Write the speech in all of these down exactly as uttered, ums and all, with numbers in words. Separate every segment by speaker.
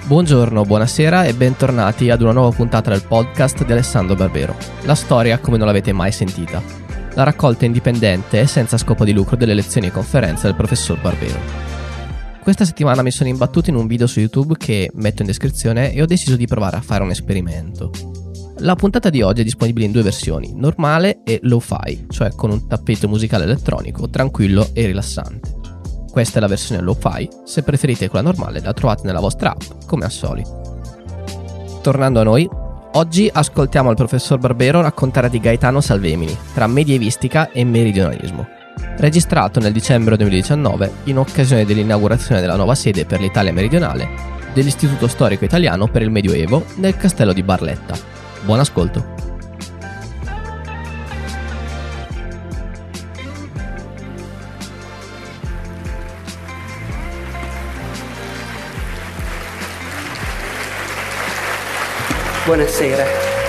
Speaker 1: Buongiorno, buonasera e bentornati ad una nuova puntata del podcast di Alessandro Barbero. La storia come non l'avete mai sentita. La raccolta indipendente e senza scopo di lucro delle lezioni e conferenze del professor Barbero. Questa settimana mi sono imbattuto in un video su YouTube che metto in descrizione e ho deciso di provare a fare un esperimento. La puntata di oggi è disponibile in due versioni, normale e lo-fi, cioè con un tappeto musicale elettronico tranquillo e rilassante. Questa è la versione lo-fi, se preferite quella normale la trovate nella vostra app, come al solito. Tornando a noi, oggi ascoltiamo il professor Barbero raccontare di Gaetano Salvemini, tra medievistica e meridionalismo. Registrato nel dicembre duemiladiciannove in occasione dell'inaugurazione della nuova sede per l'Italia meridionale dell'Istituto Storico Italiano per il Medioevo nel Castello di Barletta. Buon ascolto!
Speaker 2: Buonasera.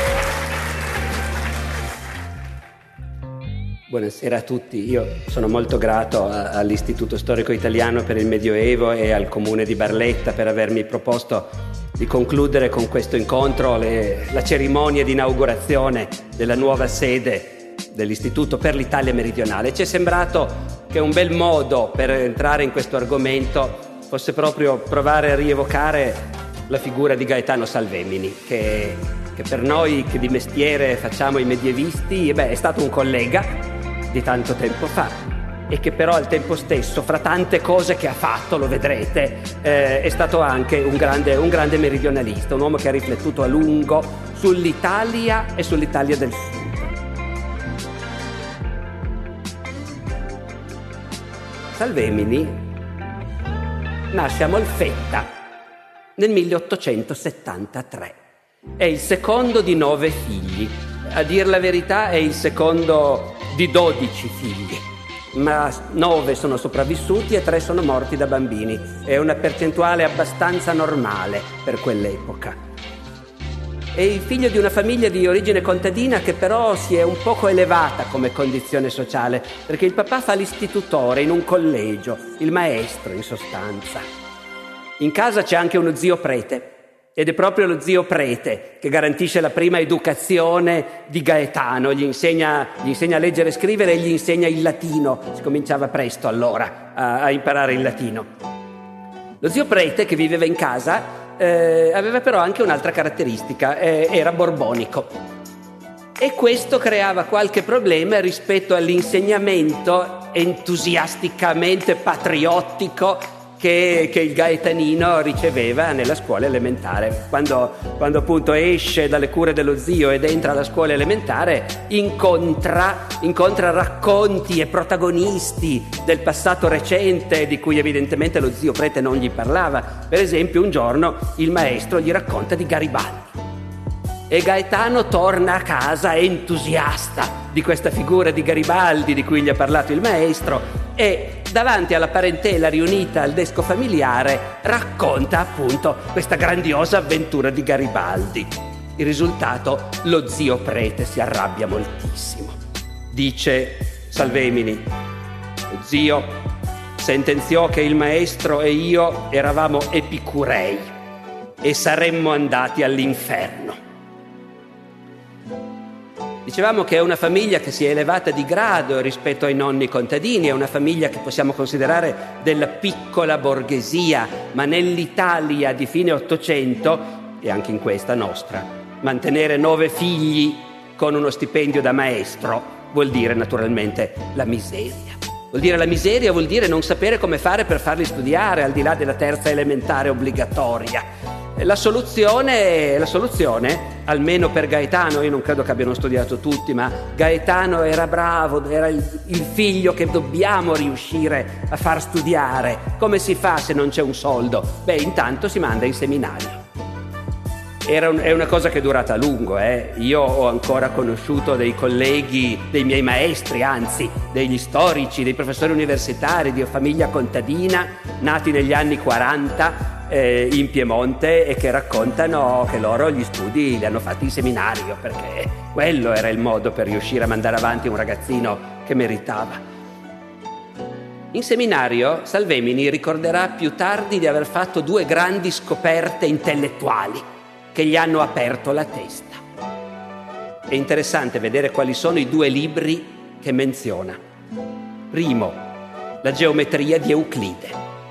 Speaker 2: Buonasera a tutti. Io sono molto grato a, all'Istituto Storico Italiano per il Medioevo e al Comune di Barletta per avermi proposto di concludere con questo incontro le, la cerimonia di inaugurazione della nuova sede dell'Istituto per l'Italia Meridionale. Ci è sembrato che un bel modo per entrare in questo argomento fosse proprio provare a rievocare la figura di Gaetano Salvemini, che, che per noi che di mestiere facciamo i medievisti, beh, è stato un collega di tanto tempo fa e che però al tempo stesso, fra tante cose che ha fatto, lo vedrete, eh, è stato anche un grande, un grande meridionalista, un uomo che ha riflettuto a lungo sull'Italia e sull'Italia del Sud. Salvemini nasce a Molfetta nel milleottocentosettantatré. È il secondo di nove figli. A dir la verità è il secondo di dodici figli, ma nove sono sopravvissuti e tre sono morti da bambini. È una percentuale abbastanza normale per quell'epoca. È il figlio di una famiglia di origine contadina che però si è un poco elevata come condizione sociale, perché il papà fa l'istitutore in un collegio, il maestro in sostanza. In casa c'è anche uno zio prete, ed è proprio lo zio prete che garantisce la prima educazione di Gaetano, gli insegna, gli insegna a leggere e scrivere e gli insegna il latino. Si cominciava presto allora a, a imparare il latino. Lo zio prete, che viveva in casa, eh, aveva però anche un'altra caratteristica, eh, era borbonico. E questo creava qualche problema rispetto all'insegnamento entusiasticamente patriottico Che, che il gaetanino riceveva nella scuola elementare. Quando, quando appunto esce dalle cure dello zio ed entra alla scuola elementare, incontra, incontra racconti e protagonisti del passato recente di cui evidentemente lo zio prete non gli parlava. Per esempio, un giorno il maestro gli racconta di Garibaldi e Gaetano torna a casa entusiasta di questa figura di Garibaldi di cui gli ha parlato il maestro e davanti alla parentela riunita al desco familiare racconta appunto questa grandiosa avventura di Garibaldi. Il risultato, lo zio prete si arrabbia moltissimo. Dice Salvemini: lo zio sentenziò che il maestro e io eravamo epicurei e saremmo andati all'inferno. Dicevamo che è una famiglia che si è elevata di grado rispetto ai nonni contadini, è una famiglia che possiamo considerare della piccola borghesia, ma nell'Italia di fine Ottocento, e anche in questa nostra, mantenere nove figli con uno stipendio da maestro vuol dire naturalmente la miseria. Vuol dire la miseria, vuol dire non sapere come fare per farli studiare al di là della terza elementare obbligatoria. La soluzione, la soluzione, almeno per Gaetano, io non credo che abbiano studiato tutti, ma Gaetano era bravo, era il, il figlio che dobbiamo riuscire a far studiare. Come si fa se non c'è un soldo? Beh, intanto si manda in seminario. Era un, è una cosa che è durata a lungo, eh. Io ho ancora conosciuto dei colleghi, dei miei maestri, anzi, degli storici, dei professori universitari di famiglia contadina, nati negli anni quaranta, Eh, in Piemonte e che raccontano che loro gli studi li hanno fatti in seminario perché quello era il modo per riuscire a mandare avanti un ragazzino che meritava. In seminario Salvemini ricorderà più tardi di aver fatto due grandi scoperte intellettuali che gli hanno aperto la testa. È interessante vedere quali sono i due libri che menziona. Primo, la geometria di Euclide.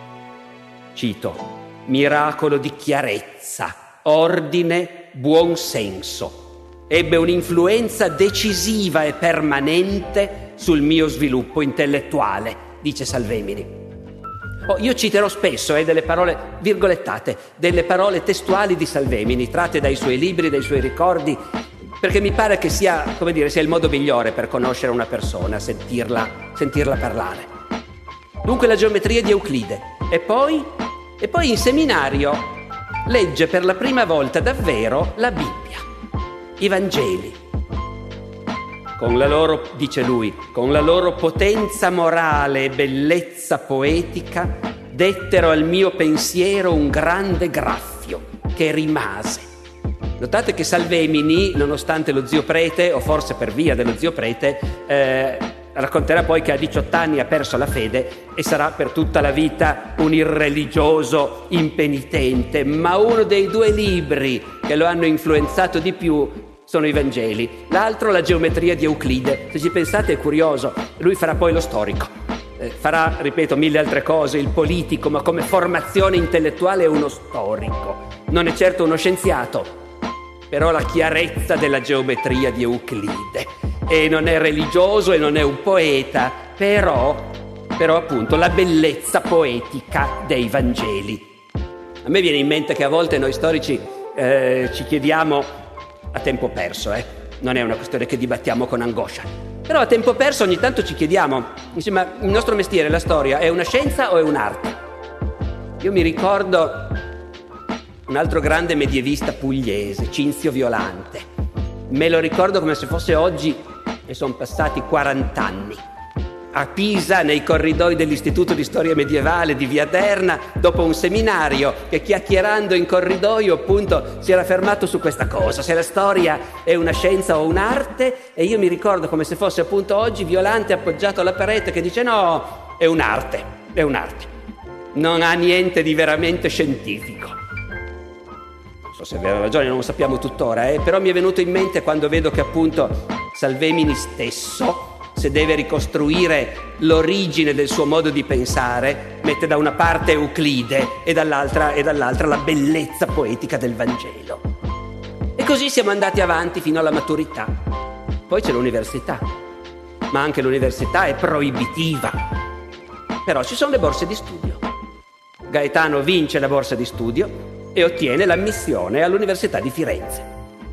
Speaker 2: Cito: miracolo di chiarezza, ordine, buon senso. Ebbe un'influenza decisiva e permanente sul mio sviluppo intellettuale, dice Salvemini. Oh, io citerò spesso eh, delle parole virgolettate, delle parole testuali di Salvemini, tratte dai suoi libri, dai suoi ricordi, perché mi pare che sia, come dire, sia il modo migliore per conoscere una persona, sentirla, sentirla parlare. Dunque la geometria di Euclide. E poi, e poi in seminario legge per la prima volta davvero la Bibbia, i Vangeli. Con la loro, dice lui, con la loro potenza morale e bellezza poetica, dettero al mio pensiero un grande graffio che rimase. Notate che Salvemini, nonostante lo zio prete, o forse per via dello zio prete, eh, racconterà poi che a diciotto anni ha perso la fede e sarà per tutta la vita un irreligioso impenitente, ma uno dei due libri che lo hanno influenzato di più sono i Vangeli, l'altro la geometria di Euclide. Se ci pensate è curioso, lui farà poi lo storico, eh, farà, ripeto, mille altre cose, il politico, ma come formazione intellettuale è uno storico, non è certo uno scienziato, però la chiarezza della geometria di Euclide, e non è religioso e non è un poeta, però, però appunto la bellezza poetica dei Vangeli. A me viene in mente che a volte noi storici eh, ci chiediamo, a tempo perso, eh? non è una questione che dibattiamo con angoscia, però a tempo perso ogni tanto ci chiediamo, insomma, il nostro mestiere, la storia, è una scienza o è un'arte? Io mi ricordo un altro grande medievista pugliese, Cinzio Violante, me lo ricordo come se fosse oggi e sono passati quaranta anni. A Pisa, nei corridoi dell'Istituto di Storia Medievale di Via Derna, dopo un seminario che, chiacchierando in corridoio, appunto, si era fermato su questa cosa, se la storia è una scienza o un'arte, e io mi ricordo come se fosse appunto oggi Violante appoggiato alla parete che dice no, è un'arte, è un'arte, non ha niente di veramente scientifico. Non so se aveva ragione, non lo sappiamo tuttora, eh? Però mi è venuto in mente quando vedo che appunto Salvemini stesso, se deve ricostruire l'origine del suo modo di pensare, mette da una parte Euclide e dall'altra, e dall'altra la bellezza poetica del Vangelo. E così siamo andati avanti fino alla maturità. Poi c'è l'università, ma anche l'università è proibitiva. Però ci sono le borse di studio. Gaetano vince la borsa di studio e ottiene l'ammissione all'Università di Firenze.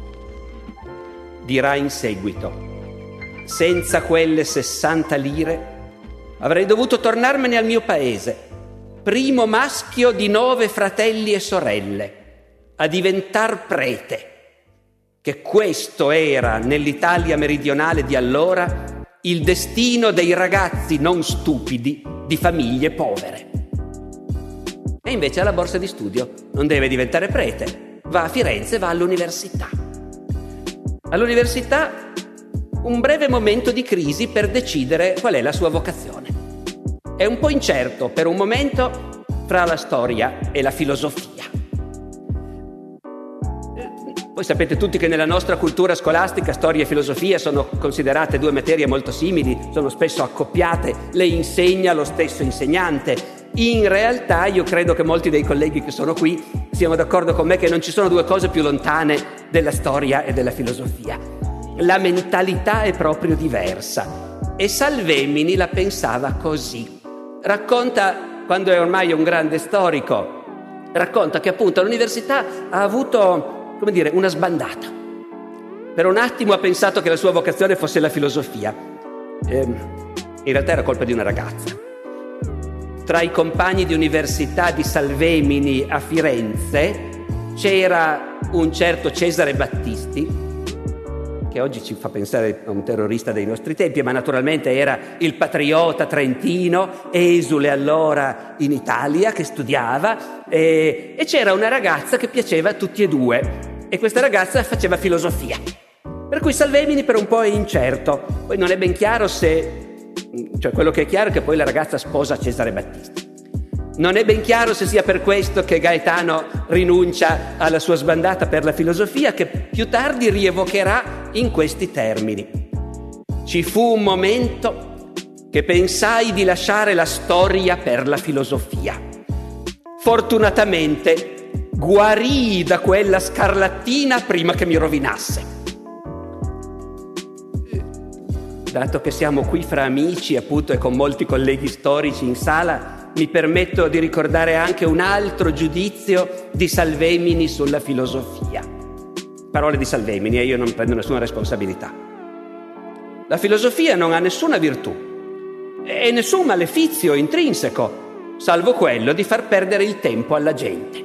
Speaker 2: Dirà in seguito: senza quelle sessanta lire avrei dovuto tornarmene al mio paese, primo maschio di nove fratelli e sorelle, a diventar prete, che questo era, nell'Italia meridionale di allora, il destino dei ragazzi non stupidi di famiglie povere. E invece alla borsa di studio non deve diventare prete, va a Firenze, va all'università. All'università un breve momento di crisi per decidere qual è la sua vocazione. È un po' incerto per un momento fra la storia e la filosofia. Voi sapete tutti che nella nostra cultura scolastica storia e filosofia sono considerate due materie molto simili, sono spesso accoppiate, le insegna lo stesso insegnante. In realtà io credo che molti dei colleghi che sono qui siano d'accordo con me che non ci sono due cose più lontane della storia e della filosofia. La mentalità è proprio diversa e Salvemini la pensava così. Racconta, quando è ormai un grande storico, racconta che appunto all'università ha avuto, come dire, una sbandata. Per un attimo ha pensato che la sua vocazione fosse la filosofia. Eh, in realtà era colpa di una ragazza. Tra i compagni di università di Salvemini a Firenze c'era un certo Cesare Battisti, che oggi ci fa pensare a un terrorista dei nostri tempi, ma naturalmente era il patriota trentino, esule allora in Italia, che studiava, e, e c'era una ragazza che piaceva a tutti e due, e questa ragazza faceva filosofia. Per cui Salvemini per un po' è incerto, poi non è ben chiaro se Cioè, quello che è chiaro è che poi la ragazza sposa Cesare Battisti. Non è ben chiaro se sia per questo che Gaetano rinuncia alla sua sbandata per la filosofia, che più tardi rievocherà in questi termini. Ci fu un momento che pensai di lasciare la storia per la filosofia. Fortunatamente guarii da quella scarlattina prima che mi rovinasse. Dato che siamo qui fra amici, appunto, e con molti colleghi storici in sala, mi permetto di ricordare anche un altro giudizio di Salvemini sulla filosofia. Parole di Salvemini, e io non prendo nessuna responsabilità. La filosofia non ha nessuna virtù e nessun malefizio intrinseco, salvo quello di far perdere il tempo alla gente.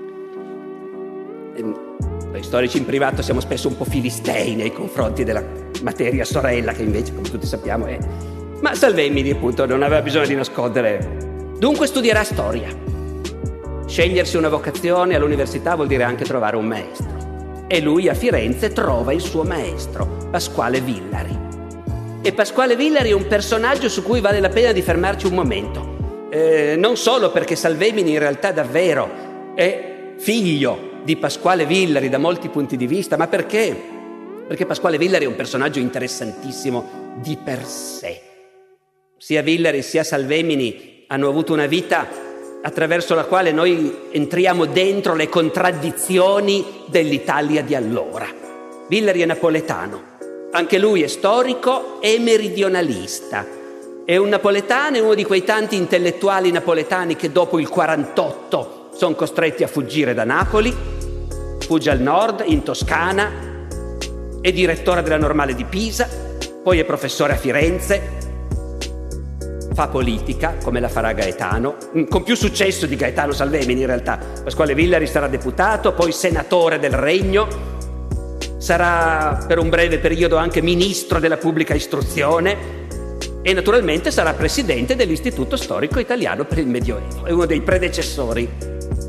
Speaker 2: Noi storici in privato siamo spesso un po' filistei nei confronti della materia sorella, che invece, come tutti sappiamo, è... Ma Salvemini, appunto, non aveva bisogno di nascondere. Dunque studierà storia. Scegliersi una vocazione all'università vuol dire anche trovare un maestro. E lui a Firenze trova il suo maestro, Pasquale Villari. E Pasquale Villari è un personaggio su cui vale la pena di fermarci un momento. Eh, non solo perché Salvemini in realtà davvero è figlio di Pasquale Villari da molti punti di vista, ma perché? Perché Pasquale Villari è un personaggio interessantissimo di per sé. Sia Villari sia Salvemini hanno avuto una vita attraverso la quale noi entriamo dentro le contraddizioni dell'Italia di allora. Villari è napoletano, anche lui è storico e meridionalista. È un napoletano, è uno di quei tanti intellettuali napoletani che dopo il quarantotto sono costretti a fuggire da Napoli, fugge al nord, in Toscana, è direttore della Normale di Pisa, poi è professore a Firenze, fa politica, come la farà Gaetano, con più successo di Gaetano Salvemini in realtà. Pasquale Villari sarà deputato, poi senatore del Regno, sarà per un breve periodo anche ministro della pubblica istruzione e naturalmente sarà presidente dell'Istituto Storico Italiano per il Medioevo, è uno dei predecessori.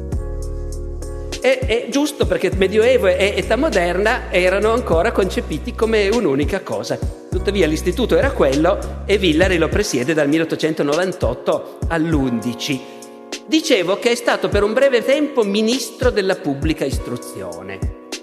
Speaker 2: È, è giusto, perché Medioevo e età moderna erano ancora concepiti come un'unica cosa. Tuttavia l'istituto era quello e Villari lo presiede dal milleottocentonovantotto all'undici. Dicevo che è stato per un breve tempo ministro della pubblica istruzione.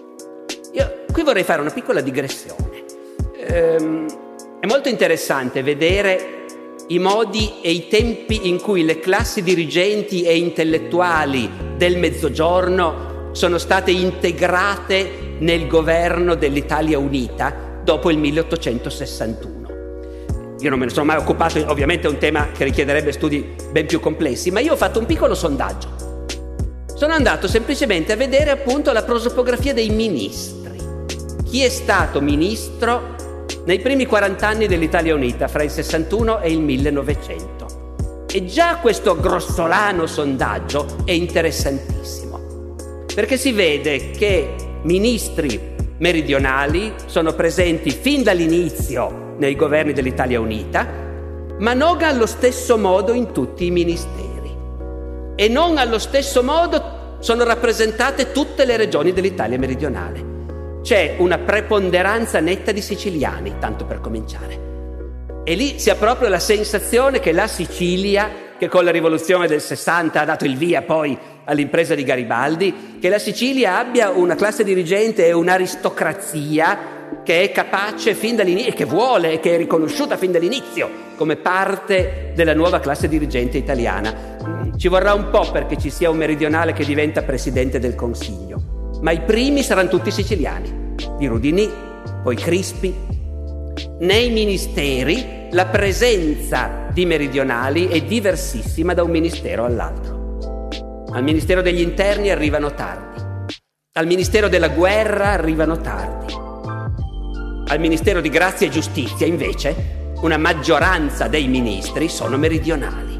Speaker 2: Io qui vorrei fare una piccola digressione. Ehm, è molto interessante vedere i modi e i tempi in cui le classi dirigenti e intellettuali del Mezzogiorno sono state integrate nel governo dell'Italia Unita dopo il milleottocentosessantuno. Io non me ne sono mai occupato, ovviamente è un tema che richiederebbe studi ben più complessi, ma io ho fatto un piccolo sondaggio. Sono andato semplicemente a vedere appunto la prosopografia dei ministri. Chi è stato ministro nei primi quaranta anni dell'Italia Unita, fra il sessantuno e il millenovecento. E già questo grossolano sondaggio è interessantissimo, perché si vede che ministri meridionali sono presenti fin dall'inizio nei governi dell'Italia Unita, ma non allo stesso modo in tutti i ministeri. E non allo stesso modo sono rappresentate tutte le regioni dell'Italia meridionale. C'è una preponderanza netta di siciliani, tanto per cominciare. E lì si ha proprio la sensazione che la Sicilia, che con la rivoluzione del sessanta ha dato il via poi all'impresa di Garibaldi, che la Sicilia abbia una classe dirigente e un'aristocrazia che è capace fin dall'inizio, e che vuole, e che è riconosciuta fin dall'inizio come parte della nuova classe dirigente italiana. Ci vorrà un po' perché ci sia un meridionale che diventa presidente del Consiglio, ma i primi saranno tutti siciliani, di Rudinì, poi Crispi. Nei ministeri la presenza di meridionali è diversissima da un ministero all'altro. Al Ministero degli Interni arrivano tardi, al Ministero della Guerra arrivano tardi, al Ministero di Grazia e Giustizia invece una maggioranza dei ministri sono meridionali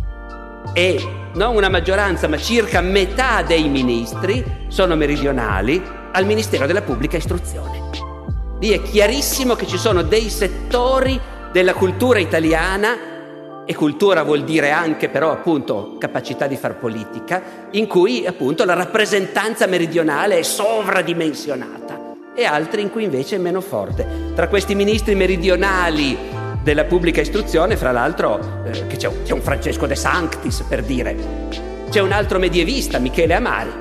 Speaker 2: e non una maggioranza ma circa metà dei ministri sono meridionali al Ministero della Pubblica Istruzione. Lì è chiarissimo che ci sono dei settori della cultura italiana, e cultura vuol dire anche però appunto capacità di far politica, in cui appunto la rappresentanza meridionale è sovradimensionata, e altri in cui invece è meno forte. Tra questi ministri meridionali della pubblica istruzione, fra l'altro, eh, che c'è un, c'è un Francesco De Sanctis, per dire, c'è un altro medievista, Michele Amari,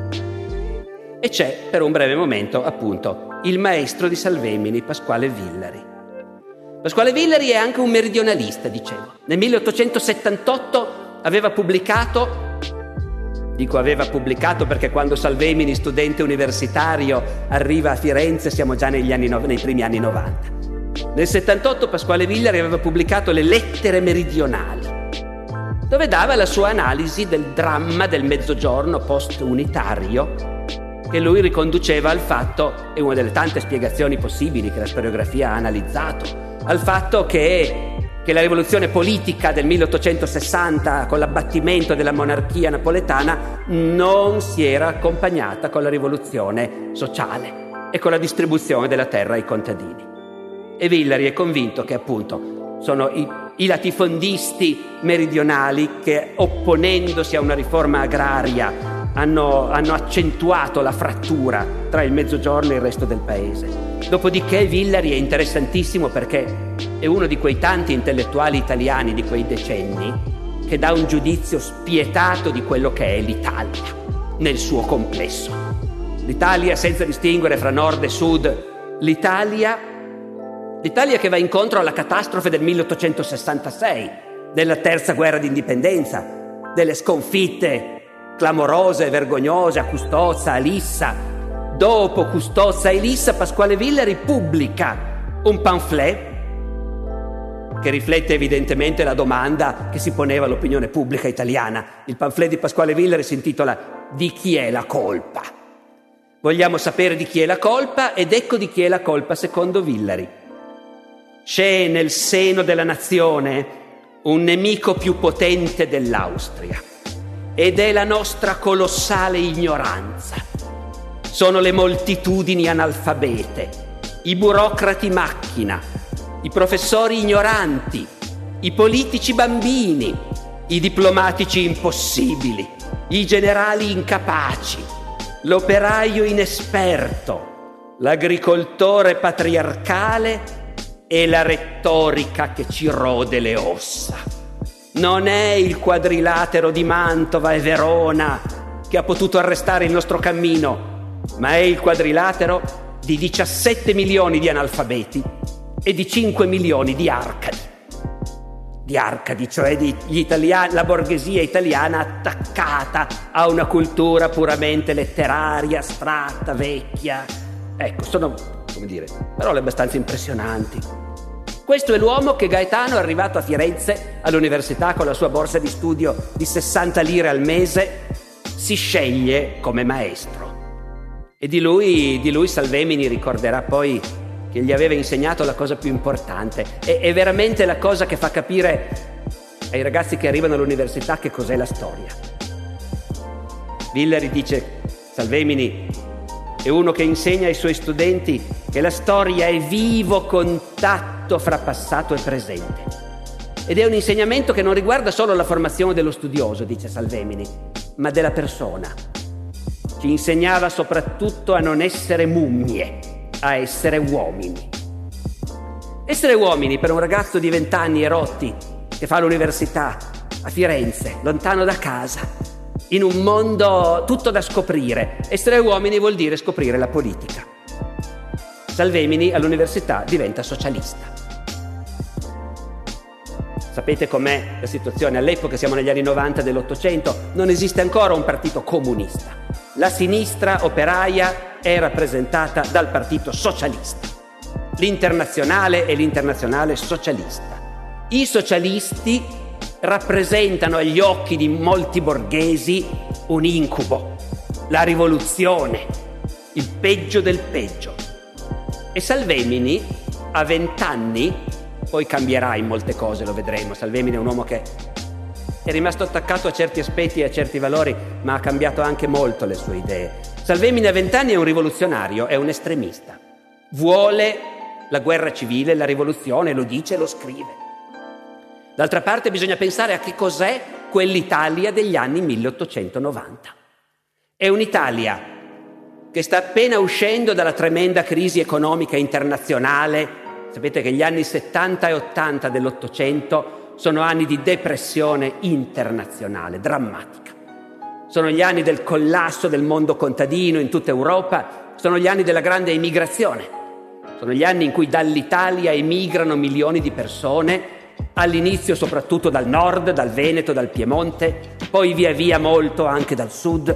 Speaker 2: e c'è, per un breve momento, appunto, il maestro di Salvemini, Pasquale Villari. Pasquale Villari è anche un meridionalista, dicevo. Nel milleottocentosettantotto aveva pubblicato, dico aveva pubblicato perché quando Salvemini, studente universitario, arriva a Firenze siamo già negli anni, nei primi anni novanta. Nel settantotto Pasquale Villari aveva pubblicato Le lettere meridionali, dove dava la sua analisi del dramma del mezzogiorno post-unitario, che lui riconduceva al fatto, è una delle tante spiegazioni possibili che la storiografia ha analizzato, al fatto che, che la rivoluzione politica del milleottocentosessanta, con l'abbattimento della monarchia napoletana, non si era accompagnata con la rivoluzione sociale e con la distribuzione della terra ai contadini. E Villari è convinto che appunto sono i, i latifondisti meridionali che, opponendosi a una riforma agraria, Hanno, hanno accentuato la frattura tra il mezzogiorno e il resto del paese. Dopodiché Villari è interessantissimo perché è uno di quei tanti intellettuali italiani di quei decenni che dà un giudizio spietato di quello che è l'Italia nel suo complesso. L'Italia senza distinguere fra nord e sud, l'Italia, l'Italia che va incontro alla catastrofe del milleottocentosessantasei, della terza guerra d'indipendenza, delle sconfitte clamorose e vergognose a Custozza, a Lissa. Dopo Custozza e Lissa, Pasquale Villari pubblica un pamphlet che riflette evidentemente la domanda che si poneva l'opinione pubblica italiana. Il pamphlet di Pasquale Villari si intitola Di chi è la colpa? Vogliamo sapere di chi è la colpa, ed ecco di chi è la colpa secondo Villari. C'è nel seno della nazione un nemico più potente dell'Austria, ed è la nostra colossale ignoranza. Sono le moltitudini analfabete, i burocrati macchina, i professori ignoranti, i politici bambini, i diplomatici impossibili, i generali incapaci, l'operaio inesperto, l'agricoltore patriarcale e la retorica che ci rode le ossa. Non è il quadrilatero di Mantova e Verona che ha potuto arrestare il nostro cammino, ma è il quadrilatero di diciassette milioni di analfabeti e di cinque milioni di arcadi. Di arcadi, cioè di gli italiani, la borghesia italiana attaccata a una cultura puramente letteraria, astratta, vecchia. Ecco, sono, come dire, parole abbastanza impressionanti. Questo è l'uomo che Gaetano, arrivato a Firenze all'università con la sua borsa di studio di sessanta lire al mese, si sceglie come maestro. E di lui, di lui Salvemini ricorderà poi che gli aveva insegnato la cosa più importante. È, è veramente la cosa che fa capire ai ragazzi che arrivano all'università che cos'è la storia. Villari dice, Salvemini è uno che insegna ai suoi studenti che la storia è vivo contatto fra passato e presente. Ed è un insegnamento che non riguarda solo la formazione dello studioso, dice Salvemini, ma della persona. Ci insegnava soprattutto a non essere mummie, a essere uomini. Essere uomini per un ragazzo di vent'anni e rotti che fa l'università a Firenze, lontano da casa, in un mondo tutto da scoprire. Essere uomini vuol dire scoprire la politica. Salvemini all'università diventa socialista. Sapete com'è la situazione? All'epoca, siamo negli anni novanta dell'Ottocento, non esiste ancora un partito comunista. La sinistra operaia è rappresentata dal partito socialista. L'Internazionale è l'Internazionale socialista. I socialisti rappresentano agli occhi di molti borghesi un incubo, la rivoluzione, il peggio del peggio. E Salvemini, a vent'anni, poi cambierà in molte cose, lo vedremo. Salvemini è un uomo che è rimasto attaccato a certi aspetti e a certi valori, ma ha cambiato anche molto le sue idee. Salvemini a vent'anni è un rivoluzionario, è un estremista. Vuole la guerra civile, la rivoluzione, lo dice e lo scrive. D'altra parte bisogna pensare a che cos'è quell'Italia degli anni milleottocentonovanta. È un'Italia che sta appena uscendo dalla tremenda crisi economica internazionale Sapete che gli anni settanta e ottanta dell'Ottocento sono anni di depressione internazionale, drammatica. Sono gli anni del collasso del mondo contadino in tutta Europa, sono gli anni della grande emigrazione, sono gli anni in cui dall'Italia emigrano milioni di persone, all'inizio soprattutto dal nord, dal Veneto, dal Piemonte, poi via via molto anche dal sud.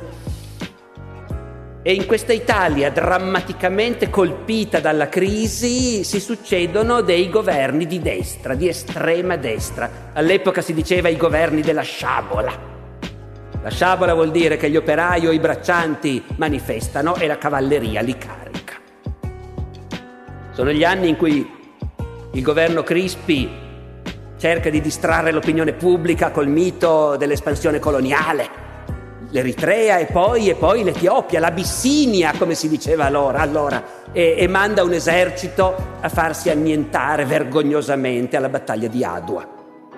Speaker 2: E in questa Italia drammaticamente colpita dalla crisi si succedono dei governi di destra, di estrema destra. All'epoca si diceva i governi della sciabola. La sciabola vuol dire che gli operai o i braccianti manifestano e la cavalleria li carica. Sono gli anni in cui il governo Crispi cerca di distrarre l'opinione pubblica col mito dell'espansione coloniale. L'Eritrea e poi, e poi l'Etiopia, l'Abissinia, come si diceva allora, allora e, e manda un esercito a farsi annientare vergognosamente alla battaglia di Adua.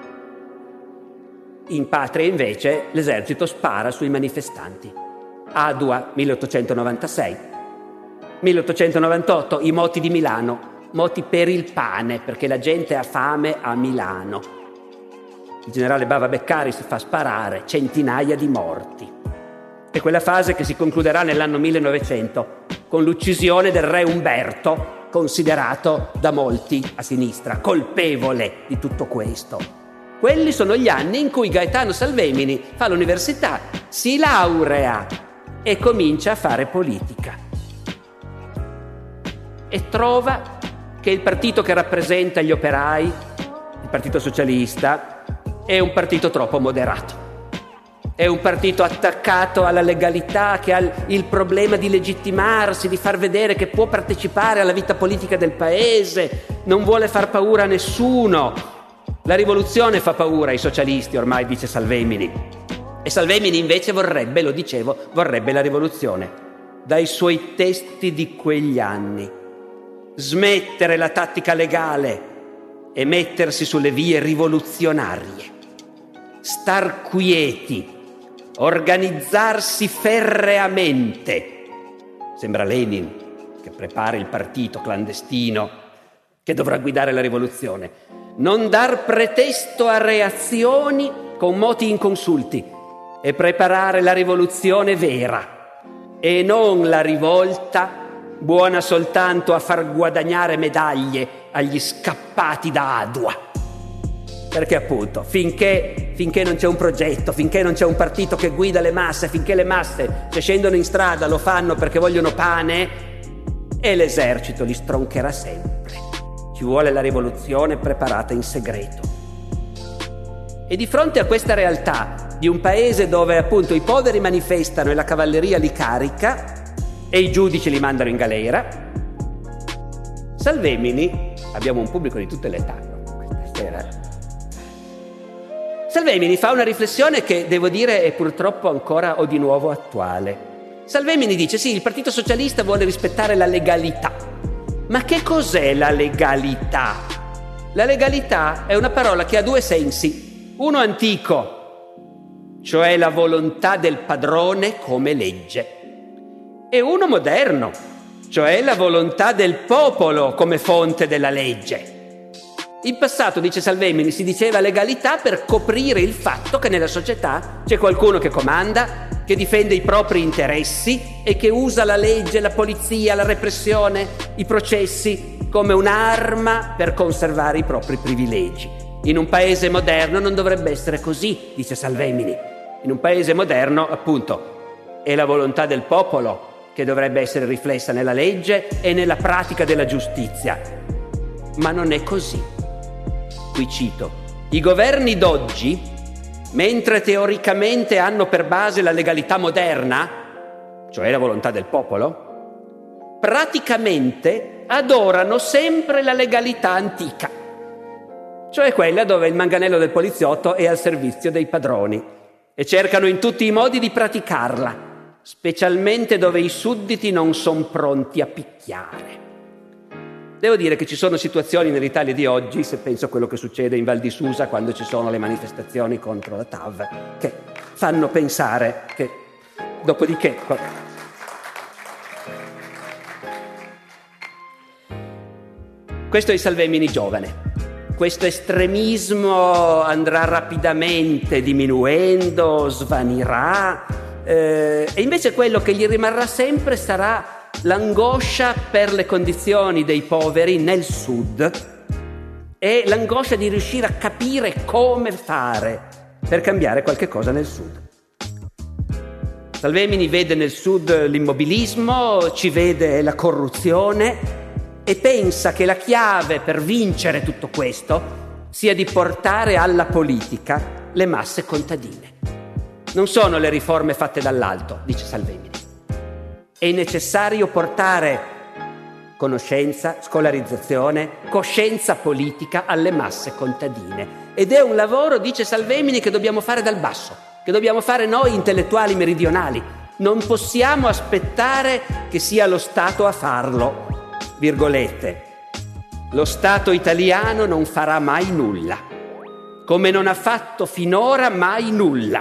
Speaker 2: In patria, invece, l'esercito spara sui manifestanti. Adua, milleottocentonovantasei. milleottocentonovantotto, i moti di Milano. Moti per il pane, perché la gente ha fame a Milano. Il generale Bava Beccari si fa sparare, centinaia di morti. È quella fase che si concluderà nell'anno millenovecento con l'uccisione del re Umberto, considerato da molti a sinistra colpevole di tutto questo. Quelli sono gli anni in cui Gaetano Salvemini fa l'università, si laurea e comincia a fare politica. E trova che il partito che rappresenta gli operai, il Partito Socialista, è un partito troppo moderato. È un partito attaccato alla legalità, che ha il problema di legittimarsi, di far vedere che può partecipare alla vita politica del paese, non vuole far paura a nessuno. La rivoluzione fa paura ai socialisti, ormai, dice Salvemini. E Salvemini invece vorrebbe, lo dicevo, vorrebbe la rivoluzione. Dai suoi testi di quegli anni. Smettere la tattica legale e mettersi sulle vie rivoluzionarie. Star quieti. Organizzarsi ferreamente. Sembra Lenin che prepara il partito clandestino che dovrà guidare la rivoluzione. Non dar pretesto a reazioni con moti inconsulti e preparare la rivoluzione vera e non la rivolta buona soltanto a far guadagnare medaglie agli scappati da Adua. Perché appunto, finché, finché non c'è un progetto, finché non c'è un partito che guida le masse, finché le masse, se scendono in strada, lo fanno perché vogliono pane, e l'esercito li stroncherà sempre. Ci vuole la rivoluzione preparata in segreto. E di fronte a questa realtà di un paese dove appunto i poveri manifestano e la cavalleria li carica e i giudici li mandano in galera, Salvemini, abbiamo un pubblico di tutte le età, no? Questa sera Salvemini fa una riflessione che, devo dire, è purtroppo ancora o di nuovo attuale. Salvemini dice, sì, il Partito Socialista vuole rispettare la legalità. Ma che cos'è la legalità? La legalità è una parola che ha due sensi. Uno antico, cioè la volontà del padrone come legge. E uno moderno, cioè la volontà del popolo come fonte della legge. In passato, dice Salvemini, si diceva legalità per coprire il fatto che nella società c'è qualcuno che comanda, che difende i propri interessi e che usa la legge, la polizia, la repressione, i processi come un'arma per conservare i propri privilegi. In un paese moderno non dovrebbe essere così, dice Salvemini. In un paese moderno, appunto, è la volontà del popolo che dovrebbe essere riflessa nella legge e nella pratica della giustizia. Ma non è così. Qui cito, i governi d'oggi, mentre teoricamente hanno per base la legalità moderna, cioè la volontà del popolo, praticamente adorano sempre la legalità antica, cioè quella dove il manganello del poliziotto è al servizio dei padroni, e cercano in tutti i modi di praticarla, specialmente dove i sudditi non sono pronti a picchiare. Devo dire che ci sono situazioni nell'Italia di oggi, se penso a quello che succede in Val di Susa quando ci sono le manifestazioni contro la T A V, che fanno pensare che, dopodiché... Questo è il Salvemini giovane. Questo estremismo andrà rapidamente diminuendo, svanirà, eh, e invece quello che gli rimarrà sempre sarà l'angoscia per le condizioni dei poveri nel sud e l'angoscia di riuscire a capire come fare per cambiare qualche cosa nel sud. Salvemini vede nel sud l'immobilismo, ci vede la corruzione e pensa che la chiave per vincere tutto questo sia di portare alla politica le masse contadine. Non sono le riforme fatte dall'alto, dice Salvemini. È necessario portare conoscenza, scolarizzazione, coscienza politica alle masse contadine. Ed è un lavoro, dice Salvemini, che dobbiamo fare dal basso, che dobbiamo fare noi intellettuali meridionali. Non possiamo aspettare che sia lo Stato a farlo. Virgolette, lo Stato italiano non farà mai nulla, come non ha fatto finora mai nulla.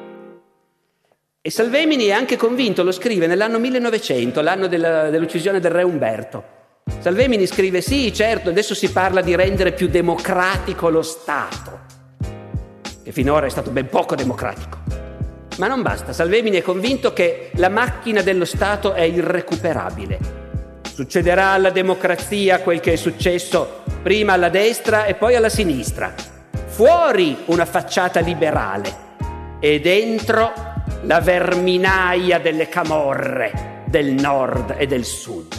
Speaker 2: E Salvemini è anche convinto, lo scrive nell'anno millenovecento, l'anno della, dell'uccisione del re Umberto. Salvemini scrive, sì, certo, adesso si parla di rendere più democratico lo Stato, che finora è stato ben poco democratico. Ma non basta, Salvemini è convinto che la macchina dello Stato è irrecuperabile. Succederà alla democrazia quel che è successo prima alla destra e poi alla sinistra. Fuori una facciata liberale e dentro la verminaia delle camorre del nord e del sud.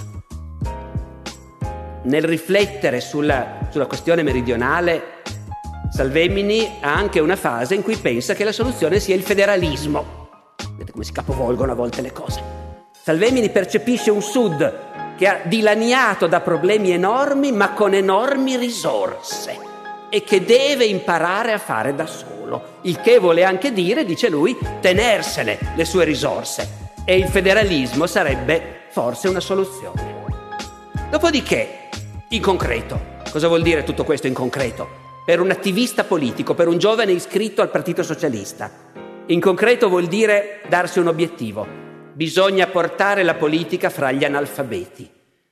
Speaker 2: Nel riflettere sulla, sulla questione meridionale, Salvemini ha anche una fase in cui pensa che la soluzione sia il federalismo. Vedete come si capovolgono a volte le cose. Salvemini percepisce un sud che ha dilaniato da problemi enormi ma con enormi risorse e che deve imparare a fare da solo, il che vuole anche dire, dice lui, tenersene le sue risorse, e il federalismo sarebbe forse una soluzione. Dopodiché, in concreto, cosa vuol dire tutto questo in concreto? Per un attivista politico, per un giovane iscritto al Partito Socialista, in concreto vuol dire darsi un obiettivo. Bisogna portare la politica fra gli analfabeti.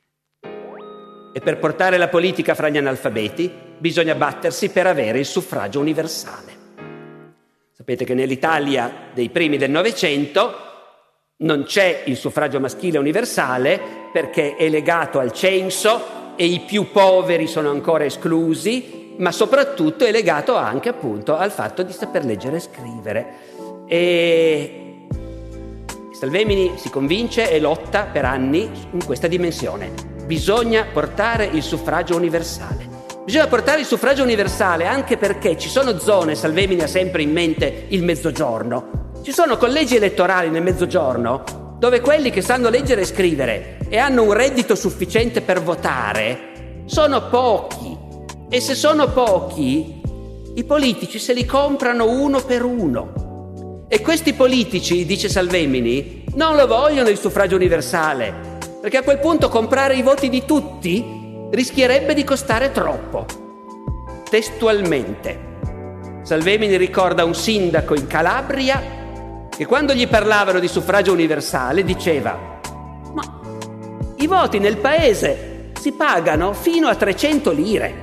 Speaker 2: E per portare la politica fra gli analfabeti bisogna battersi per avere il suffragio universale. Sapete che nell'Italia dei primi del Novecento non c'è il suffragio maschile universale perché è legato al censo e i più poveri sono ancora esclusi, ma soprattutto è legato anche appunto al fatto di saper leggere e scrivere. E Salvemini si convince e lotta per anni in questa dimensione. Bisogna portare il suffragio universale. Bisogna portare il suffragio universale anche perché ci sono zone, Salvemini ha sempre in mente il Mezzogiorno, ci sono collegi elettorali nel Mezzogiorno dove quelli che sanno leggere e scrivere e hanno un reddito sufficiente per votare sono pochi. E se sono pochi, i politici se li comprano uno per uno. E questi politici, dice Salvemini, non lo vogliono il suffragio universale, perché a quel punto comprare i voti di tutti rischierebbe di costare troppo. Testualmente, Salvemini ricorda un sindaco in Calabria che quando gli parlavano di suffragio universale diceva: ma i voti nel paese si pagano fino a trecento lire,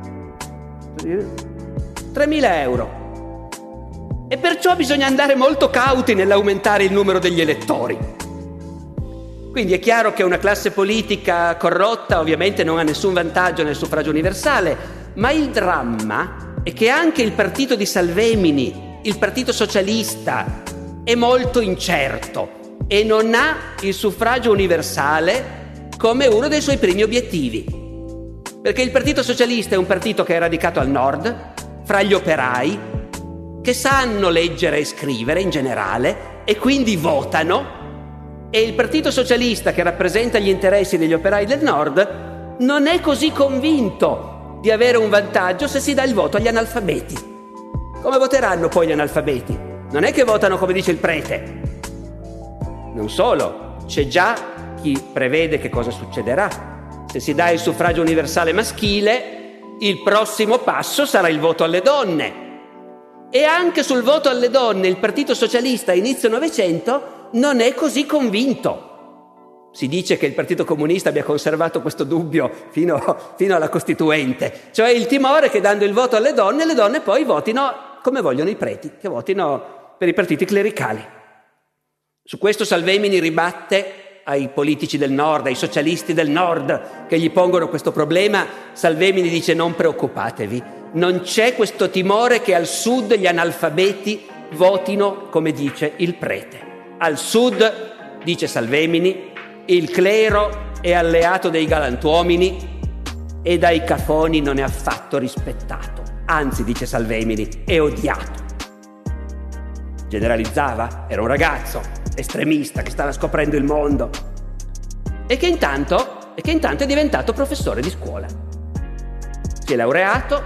Speaker 2: tremila euro. E perciò bisogna andare molto cauti nell'aumentare il numero degli elettori. Quindi è chiaro che una classe politica corrotta ovviamente non ha nessun vantaggio nel suffragio universale, ma il dramma è che anche il partito di Salvemini, il Partito Socialista, è molto incerto e non ha il suffragio universale come uno dei suoi primi obiettivi. Perché il Partito Socialista è un partito che è radicato al nord, fra gli operai, che sanno leggere e scrivere in generale e quindi votano, e il Partito Socialista, che rappresenta gli interessi degli operai del nord, non è così convinto di avere un vantaggio se si dà il voto agli analfabeti. Come voteranno poi gli analfabeti? Non è che votano come dice il prete. Non solo, c'è già chi prevede che cosa succederà. Se si dà il suffragio universale maschile, il prossimo passo sarà il voto alle donne. E anche sul voto alle donne il Partito Socialista a inizio Novecento non è così convinto. Si dice che il Partito Comunista abbia conservato questo dubbio fino, fino alla Costituente, cioè il timore che dando il voto alle donne, le donne poi votino come vogliono i preti, che votino per i partiti clericali. Su questo Salvemini ribatte ai politici del nord, ai socialisti del nord che gli pongono questo problema. Salvemini dice: non preoccupatevi, non c'è questo timore che al sud gli analfabeti votino come dice il prete. Al sud, dice Salvemini, il clero è alleato dei galantuomini e dai cafoni non è affatto rispettato, anzi, dice Salvemini, è odiato. Generalizzava, era un ragazzo estremista che stava scoprendo il mondo e che intanto, e che intanto è diventato professore di scuola. Si è laureato.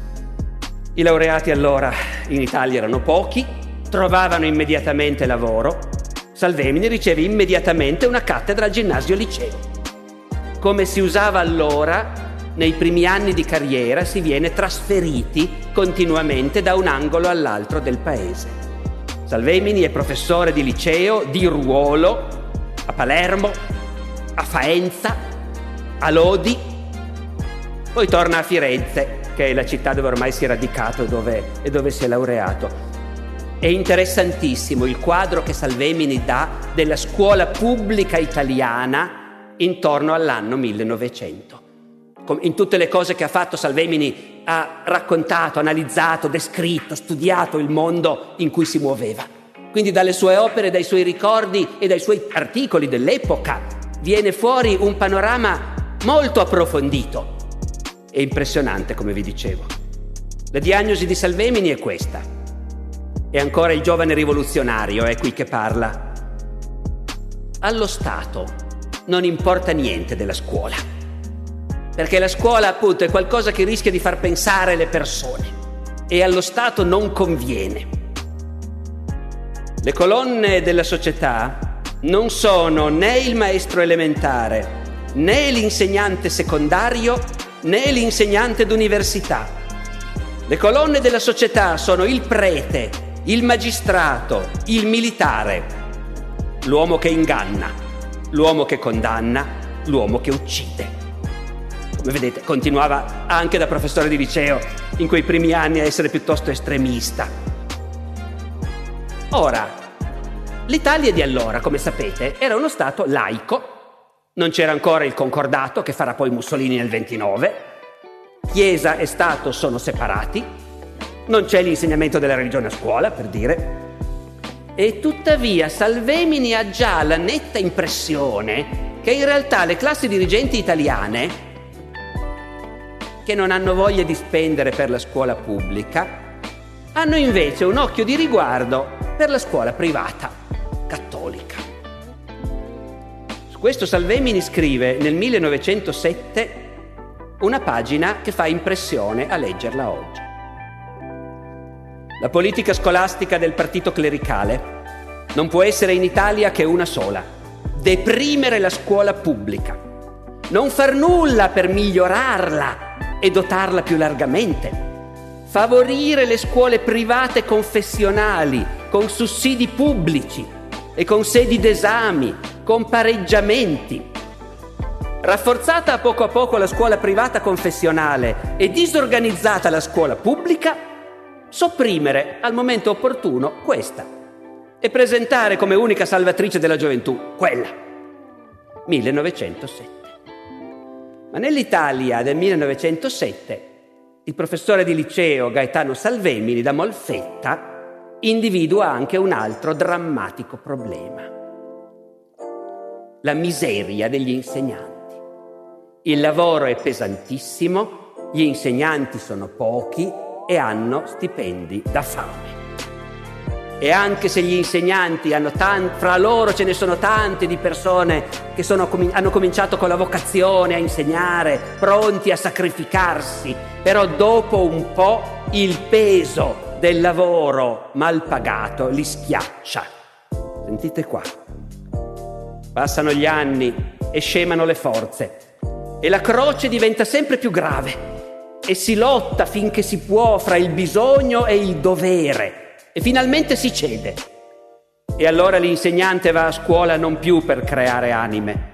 Speaker 2: I laureati allora in Italia erano pochi, trovavano immediatamente lavoro. Salvemini riceve immediatamente una cattedra al ginnasio liceo. Come si usava allora, nei primi anni di carriera si viene trasferiti continuamente da un angolo all'altro del paese. Salvemini è professore di liceo di ruolo a Palermo, a Faenza, a Lodi, poi torna a Firenze, che è la città dove ormai si è radicato e dove, e dove si è laureato. È interessantissimo il quadro che Salvemini dà della scuola pubblica italiana intorno all'anno millenovecento. In tutte le cose che ha fatto, Salvemini ha raccontato, analizzato, descritto, studiato il mondo in cui si muoveva. Quindi dalle sue opere, dai suoi ricordi e dai suoi articoli dell'epoca viene fuori un panorama molto approfondito e impressionante, come vi dicevo. La diagnosi di Salvemini è questa. È ancora il giovane rivoluzionario, è qui che parla. Allo Stato non importa niente della scuola, perché la scuola, appunto, è qualcosa che rischia di far pensare le persone e allo Stato non conviene. Le colonne della società non sono né il maestro elementare, né l'insegnante secondario, né l'insegnante d'università. Le colonne della società sono il prete, il magistrato, il militare, l'uomo che inganna, l'uomo che condanna, l'uomo che uccide. Come vedete, continuava anche da professore di liceo in quei primi anni a essere piuttosto estremista. Ora, l'Italia di allora, come sapete, era uno Stato laico, non c'era ancora il concordato che farà poi Mussolini nel ventinove, Chiesa e Stato sono separati, non c'è l'insegnamento della religione a scuola, per dire, e tuttavia Salvemini ha già la netta impressione che in realtà le classi dirigenti italiane, che non hanno voglia di spendere per la scuola pubblica, hanno invece un occhio di riguardo per la scuola privata cattolica. Su questo Salvemini scrive nel millenovecentosette una pagina che fa impressione a leggerla oggi. La politica scolastica del partito clericale non può essere in Italia che una sola: deprimere la scuola pubblica, non far nulla per migliorarla e dotarla più largamente, favorire le scuole private confessionali con sussidi pubblici e con sedi d'esami, con pareggiamenti. Rafforzata a poco a poco la scuola privata confessionale e disorganizzata la scuola pubblica, sopprimere al momento opportuno questa e presentare come unica salvatrice della gioventù quella. millenovecentosette. Ma nell'Italia del millenovecentosette il professore di liceo Gaetano Salvemini da Molfetta individua anche un altro drammatico problema: la miseria degli insegnanti. Il lavoro è pesantissimo, gli insegnanti sono pochi e hanno stipendi da fame. E anche se gli insegnanti hanno tanti, fra loro ce ne sono tante di persone che sono, hanno cominciato con la vocazione a insegnare, pronti a sacrificarsi, però dopo un po' il peso del lavoro mal pagato li schiaccia. Sentite qua. Passano gli anni e scemano le forze e la croce diventa sempre più grave e si lotta finché si può fra il bisogno e il dovere. E finalmente si cede. E allora l'insegnante va a scuola non più per creare anime,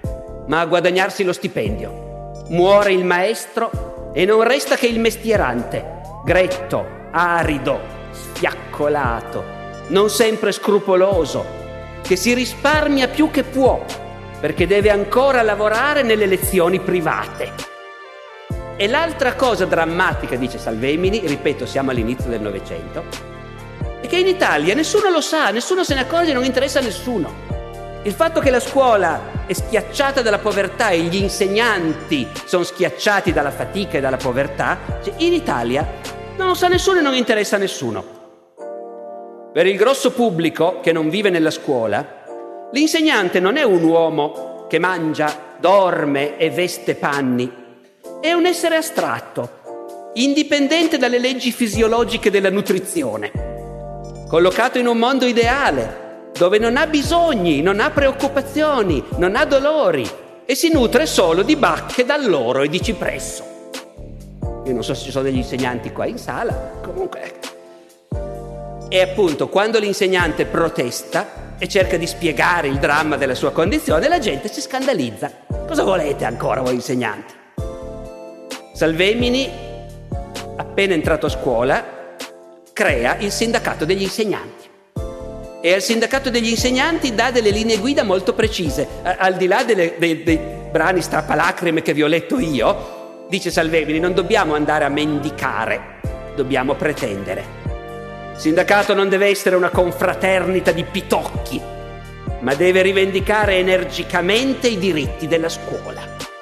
Speaker 2: ma a guadagnarsi lo stipendio. Muore il maestro e non resta che il mestierante, gretto, arido, sfiaccolato, non sempre scrupoloso, che si risparmia più che può, perché deve ancora lavorare nelle lezioni private. E l'altra cosa drammatica, dice Salvemini, ripeto, siamo all'inizio del Novecento, è che in Italia nessuno lo sa, nessuno se ne accorge, non interessa a nessuno. Il fatto che la scuola è schiacciata dalla povertà e gli insegnanti sono schiacciati dalla fatica e dalla povertà, cioè in Italia non lo sa nessuno e non interessa a nessuno. Per il grosso pubblico che non vive nella scuola, l'insegnante non è un uomo che mangia, dorme e veste panni. È un essere astratto, indipendente dalle leggi fisiologiche della nutrizione, collocato in un mondo ideale, dove non ha bisogni, non ha preoccupazioni, non ha dolori e si nutre solo di bacche d'alloro e di cipresso. Io non so se ci sono degli insegnanti qua in sala, comunque. E appunto, quando l'insegnante protesta e cerca di spiegare il dramma della sua condizione, la gente si scandalizza. Cosa volete ancora voi insegnanti? Salvemini, appena entrato a scuola, crea il sindacato degli insegnanti. E al sindacato degli insegnanti dà delle linee guida molto precise. Al di là delle, dei, dei brani strappalacrime che vi ho letto io, dice Salvemini, non dobbiamo andare a mendicare, dobbiamo pretendere. Il sindacato non deve essere una confraternita di pitocchi, ma deve rivendicare energicamente i diritti della scuola.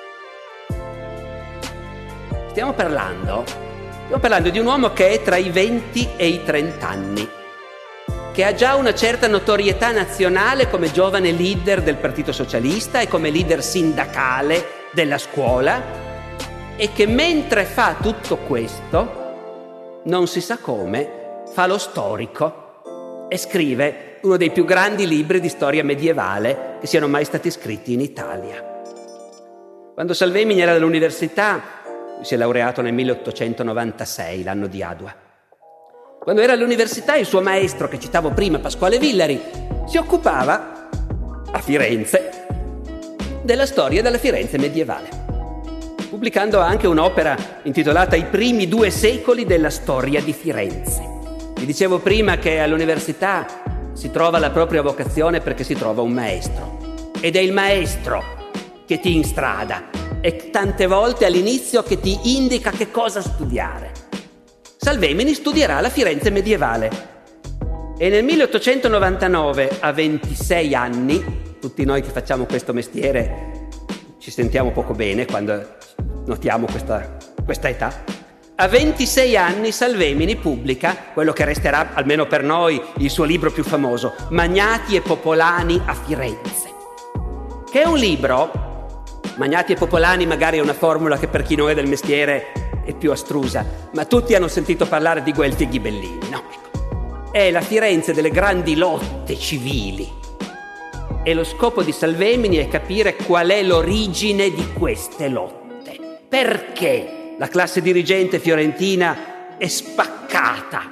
Speaker 2: Stiamo parlando, stiamo parlando di un uomo che è tra i venti e i trenta anni, che ha già una certa notorietà nazionale come giovane leader del Partito Socialista e come leader sindacale della scuola, e che mentre fa tutto questo, non si sa come, fa lo storico e scrive uno dei più grandi libri di storia medievale che siano mai stati scritti in Italia. Quando Salvemini era all'università, si è laureato nel milleottocentonovantasei, l'anno di Adua. Quando era all'università, il suo maestro, che citavo prima, Pasquale Villari, si occupava, a Firenze, della storia della Firenze medievale, pubblicando anche un'opera intitolata I primi due secoli della storia di Firenze. Vi dicevo prima che all'università si trova la propria vocazione perché si trova un maestro. Ed è il maestro che ti instrada e tante volte all'inizio che ti indica che cosa studiare. Salvemini studierà la Firenze medievale e nel milleottocentonovantanove, a ventisei anni, tutti noi che facciamo questo mestiere ci sentiamo poco bene quando notiamo questa, questa età, a ventisei anni Salvemini pubblica quello che resterà, almeno per noi, il suo libro più famoso, Magnati e Popolani a Firenze, che è un libro, Magnati e Popolani magari è una formula che per chi non è del mestiere è più astrusa, ma tutti hanno sentito parlare di Guelfi e Ghibellini, no? È la Firenze delle grandi lotte civili e lo scopo di Salvemini è capire qual è l'origine di queste lotte, perché la classe dirigente fiorentina è spaccata.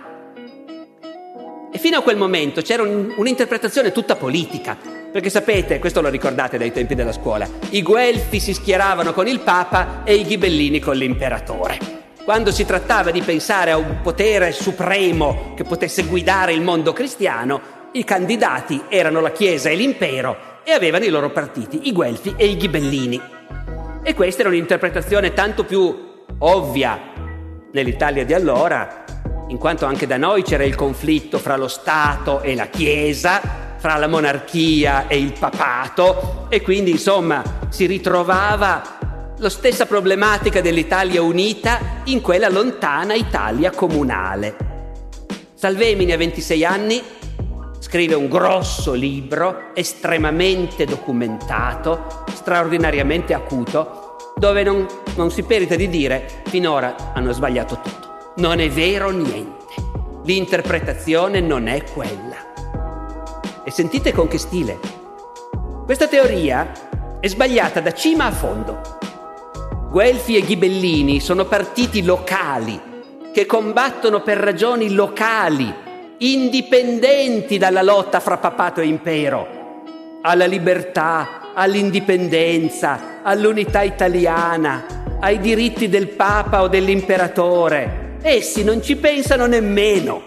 Speaker 2: E fino a quel momento c'era un, un'interpretazione tutta politica, perché sapete, questo lo ricordate dai tempi della scuola, i Guelfi si schieravano con il Papa e i Ghibellini con l'imperatore. Quando si trattava di pensare a un potere supremo che potesse guidare il mondo cristiano, i candidati erano la Chiesa e l'impero e avevano i loro partiti, i Guelfi e i Ghibellini. E questa era un'interpretazione tanto più ovvia nell'Italia di allora, in quanto anche da noi c'era il conflitto fra lo Stato e la Chiesa, fra la monarchia e il papato, e quindi insomma si ritrovava la stessa problematica dell'Italia unita in quella lontana Italia comunale. Salvemini a ventisei anni scrive un grosso libro estremamente documentato, straordinariamente acuto, dove non, non si perita di dire finora hanno sbagliato tutto, non è vero niente, l'interpretazione non è quella. E sentite con che stile. Questa teoria è sbagliata da cima a fondo. Guelfi e Ghibellini sono partiti locali che combattono per ragioni locali, indipendenti dalla lotta fra papato e impero, alla libertà, all'indipendenza, all'unità italiana, ai diritti del Papa o dell'imperatore. Essi non ci pensano nemmeno.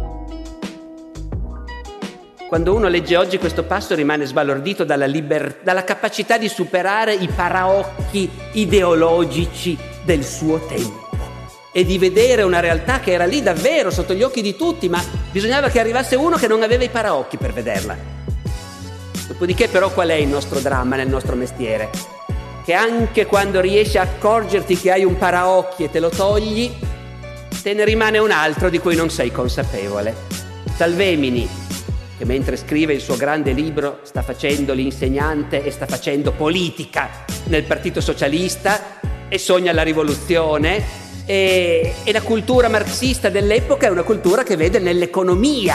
Speaker 2: Quando uno legge oggi questo passo rimane sbalordito dalla, liber- dalla capacità di superare i paraocchi ideologici del suo tempo e di vedere una realtà che era lì davvero sotto gli occhi di tutti, ma bisognava che arrivasse uno che non aveva i paraocchi per vederla. Dopodiché però qual è il nostro dramma nel nostro mestiere? Che anche quando riesci a accorgerti che hai un paraocchi e te lo togli, te ne rimane un altro di cui non sei consapevole. Salvemini, che mentre scrive il suo grande libro sta facendo l'insegnante e sta facendo politica nel Partito Socialista e sogna la rivoluzione, e, e la cultura marxista dell'epoca è una cultura che vede nell'economia,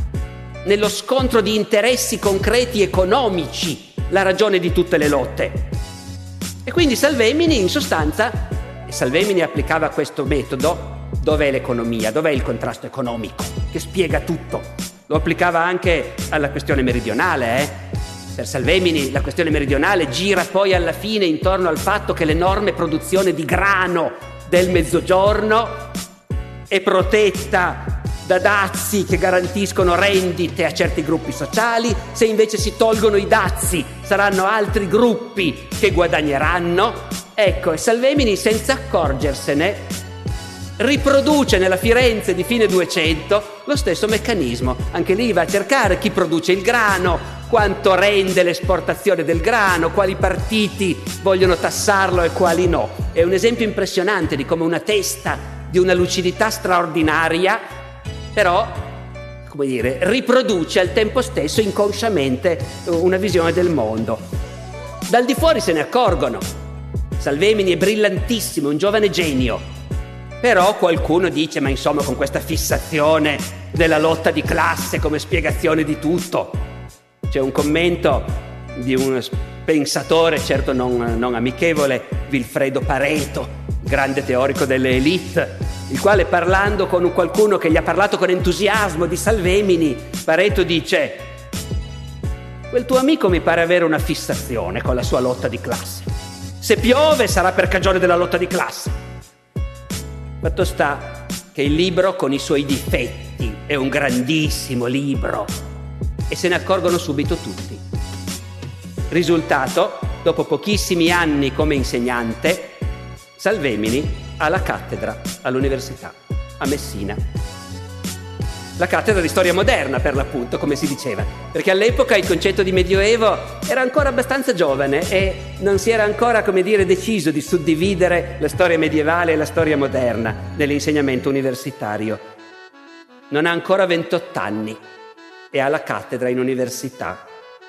Speaker 2: nello scontro di interessi concreti economici, la ragione di tutte le lotte. E quindi Salvemini in sostanza, e Salvemini applicava questo metodo, dov'è l'economia, dov'è il contrasto economico che spiega tutto? Lo applicava anche alla questione meridionale, eh? Per Salvemini la questione meridionale gira poi alla fine intorno al fatto che l'enorme produzione di grano del Mezzogiorno è protetta da dazi che garantiscono rendite a certi gruppi sociali. Se invece si tolgono i dazi saranno altri gruppi che guadagneranno. Ecco, e Salvemini senza accorgersene riproduce nella Firenze di fine Duecento lo stesso meccanismo. Anche lì va a cercare chi produce il grano, quanto rende l'esportazione del grano, quali partiti vogliono tassarlo e quali no. È un esempio impressionante di come una testa di una lucidità straordinaria, però, come dire, riproduce al tempo stesso inconsciamente una visione del mondo. Dal di fuori se ne accorgono. Salvemini è brillantissimo, un giovane genio. Però qualcuno dice, ma insomma, con questa fissazione della lotta di classe come spiegazione di tutto. C'è un commento di un pensatore, certo non, non amichevole, Vilfredo Pareto, grande teorico delle élite, il quale, parlando con qualcuno che gli ha parlato con entusiasmo di Salvemini, Pareto dice: quel tuo amico mi pare avere una fissazione con la sua lotta di classe. Se piove sarà per cagione della lotta di classe. Fatto sta che il libro, con i suoi difetti, è un grandissimo libro e se ne accorgono subito tutti. Risultato, dopo pochissimi anni come insegnante, Salvemini ha la cattedra all'università a Messina. La cattedra di storia moderna, per l'appunto, come si diceva, perché all'epoca il concetto di Medioevo era ancora abbastanza giovane e non si era ancora, come dire, deciso di suddividere la storia medievale e la storia moderna nell'insegnamento universitario. Non ha ancora ventotto anni e ha la cattedra in università.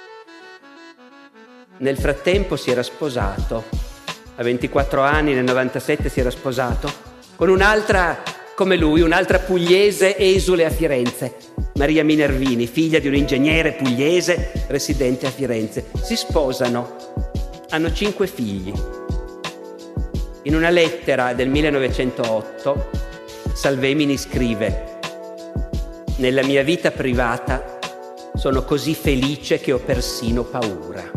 Speaker 2: Nel frattempo si era sposato, a ventiquattro anni, nel novantasette si era sposato, con un'altra come lui, un'altra pugliese esule a Firenze, Maria Minervini, figlia di un ingegnere pugliese residente a Firenze. Si sposano, hanno cinque figli. In una lettera del millenovecentootto, Salvemini scrive: nella mia vita privata sono così felice che ho persino paura.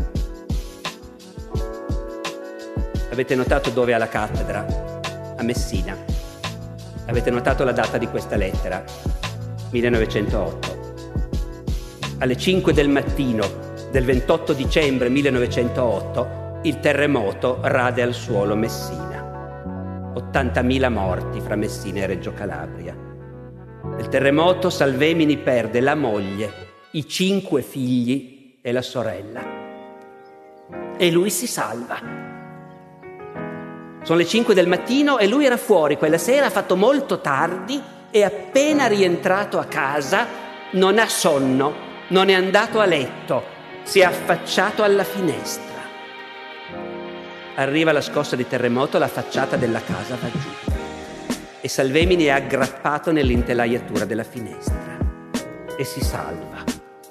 Speaker 2: Avete notato dove ha la cattedra? A Messina. Avete notato la data di questa lettera? millenovecentootto. Alle cinque del mattino del ventotto dicembre millenovecentootto il terremoto rade al suolo Messina. ottantamila morti fra Messina e Reggio Calabria. Nel terremoto Salvemini perde la moglie, i cinque figli e la sorella. E lui si salva. Sono le cinque del mattino e lui era fuori quella sera, ha fatto molto tardi e appena rientrato a casa non ha sonno, non è andato a letto, si è affacciato alla finestra. Arriva la scossa di terremoto, la facciata della casa va giù e Salvemini è aggrappato nell'intelaiatura della finestra e si salva.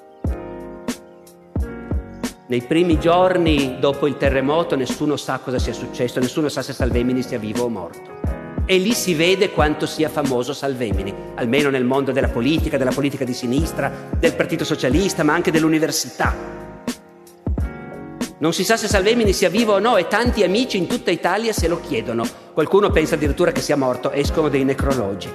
Speaker 2: Nei primi giorni dopo il terremoto nessuno sa cosa sia successo, nessuno sa se Salvemini sia vivo o morto. E lì si vede quanto sia famoso Salvemini, almeno nel mondo della politica, della politica di sinistra, del Partito Socialista, ma anche dell'università. Non si sa se Salvemini sia vivo o no e tanti amici in tutta Italia se lo chiedono. Qualcuno pensa addirittura che sia morto, escono dei necrologi.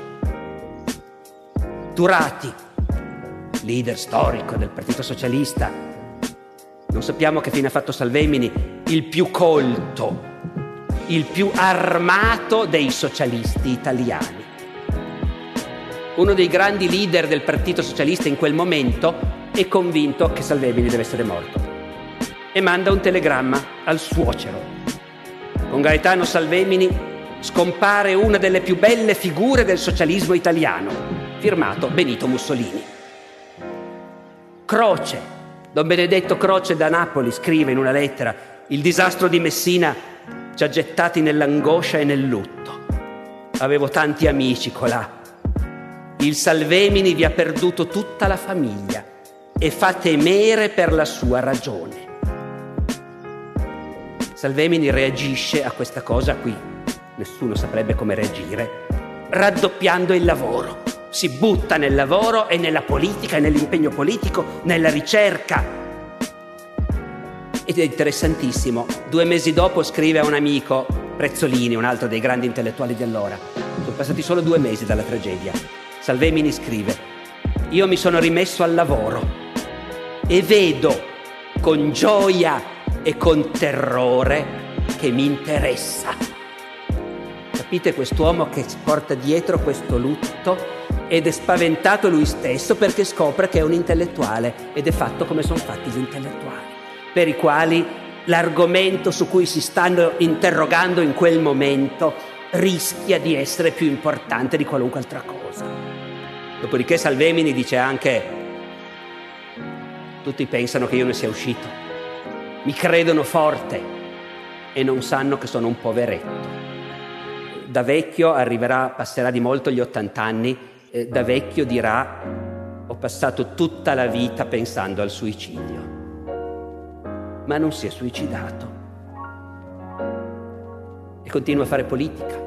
Speaker 2: Turati, leader storico del Partito Socialista. Non sappiamo che fine ha fatto Salvemini, il più colto, il più armato dei socialisti italiani. Uno dei grandi leader del Partito Socialista in quel momento è convinto che Salvemini deve essere morto e manda un telegramma al suocero. Con Gaetano Salvemini scompare una delle più belle figure del socialismo italiano, firmato Benito Mussolini. Croce, Don Benedetto Croce da Napoli scrive in una lettera: il disastro di Messina ci ha gettati nell'angoscia e nel lutto. Avevo tanti amici colà. Il Salvemini vi ha perduto tutta la famiglia e fa temere per la sua ragione. Salvemini reagisce a questa cosa qui, nessuno saprebbe come reagire, raddoppiando il lavoro. Si butta nel lavoro e nella politica e nell'impegno politico, nella ricerca. Ed è interessantissimo. Due mesi dopo scrive a un amico, Prezzolini, un altro dei grandi intellettuali di allora. Sono passati solo due mesi dalla tragedia. Salvemini scrive: io mi sono rimesso al lavoro e vedo con gioia e con terrore che mi interessa. Capite, quest'uomo che porta dietro questo lutto ed è spaventato lui stesso perché scopre che è un intellettuale ed è fatto come sono fatti gli intellettuali, per i quali l'argomento su cui si stanno interrogando in quel momento rischia di essere più importante di qualunque altra cosa. Dopodiché Salvemini dice anche: tutti pensano che io ne sia uscito, mi credono forte e non sanno che sono un poveretto. Da vecchio arriverà, passerà di molto gli ottanta anni, eh, da vecchio dirà: ho passato tutta la vita pensando al suicidio. Ma non si è suicidato e continua a fare politica.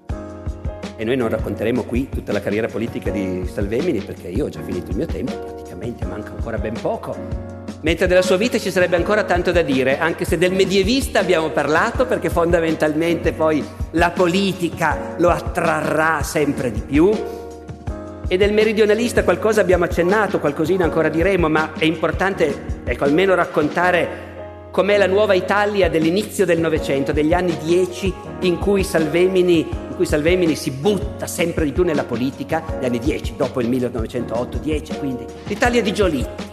Speaker 2: E noi non racconteremo qui tutta la carriera politica di Salvemini, perché io ho già finito il mio tempo, praticamente manca ancora ben poco, mentre della sua vita ci sarebbe ancora tanto da dire, anche se del medievista abbiamo parlato, perché fondamentalmente poi la politica lo attrarrà sempre di più, e del meridionalista qualcosa abbiamo accennato, qualcosina ancora diremo, ma è importante, ecco, almeno raccontare com'è la nuova Italia dell'inizio del Novecento, degli anni dieci, in cui Salvemini, in cui Salvemini si butta sempre di più nella politica, gli anni dieci, dopo il millenovecentootto dieci, quindi l'Italia di Giolitti.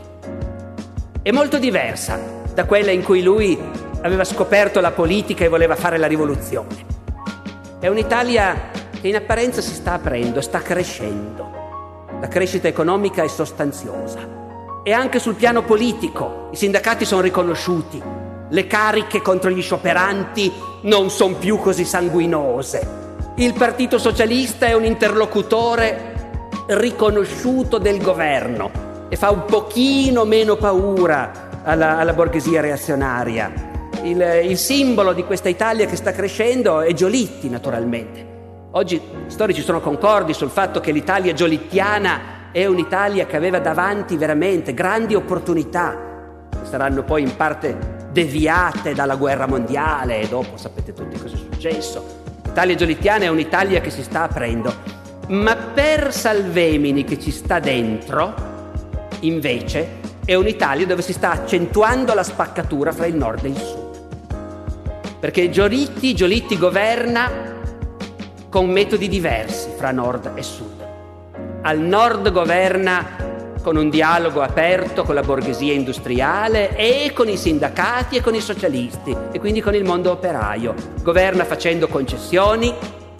Speaker 2: È molto diversa da quella in cui lui aveva scoperto la politica e voleva fare la rivoluzione. È un'Italia che in apparenza si sta aprendo, sta crescendo. La crescita economica è sostanziosa. E anche sul piano politico i sindacati sono riconosciuti, le cariche contro gli scioperanti non sono più così sanguinose, il Partito Socialista è un interlocutore riconosciuto del governo e fa un pochino meno paura alla, alla borghesia reazionaria. Il, il simbolo di questa Italia che sta crescendo è Giolitti, naturalmente. Oggi gli storici sono concordi sul fatto che l'Italia giolittiana è un'Italia che aveva davanti veramente grandi opportunità, che saranno poi in parte deviate dalla guerra mondiale e dopo sapete tutti cosa è successo. L'Italia giolittiana è un'Italia che si sta aprendo, ma per Salvemini, che ci sta dentro, invece è un'Italia dove si sta accentuando la spaccatura fra il nord e il sud, perché Giolitti, Giolitti governa con metodi diversi fra nord e sud. Al nord governa con un dialogo aperto con la borghesia industriale e con i sindacati e con i socialisti e quindi con il mondo operaio. Governa facendo concessioni.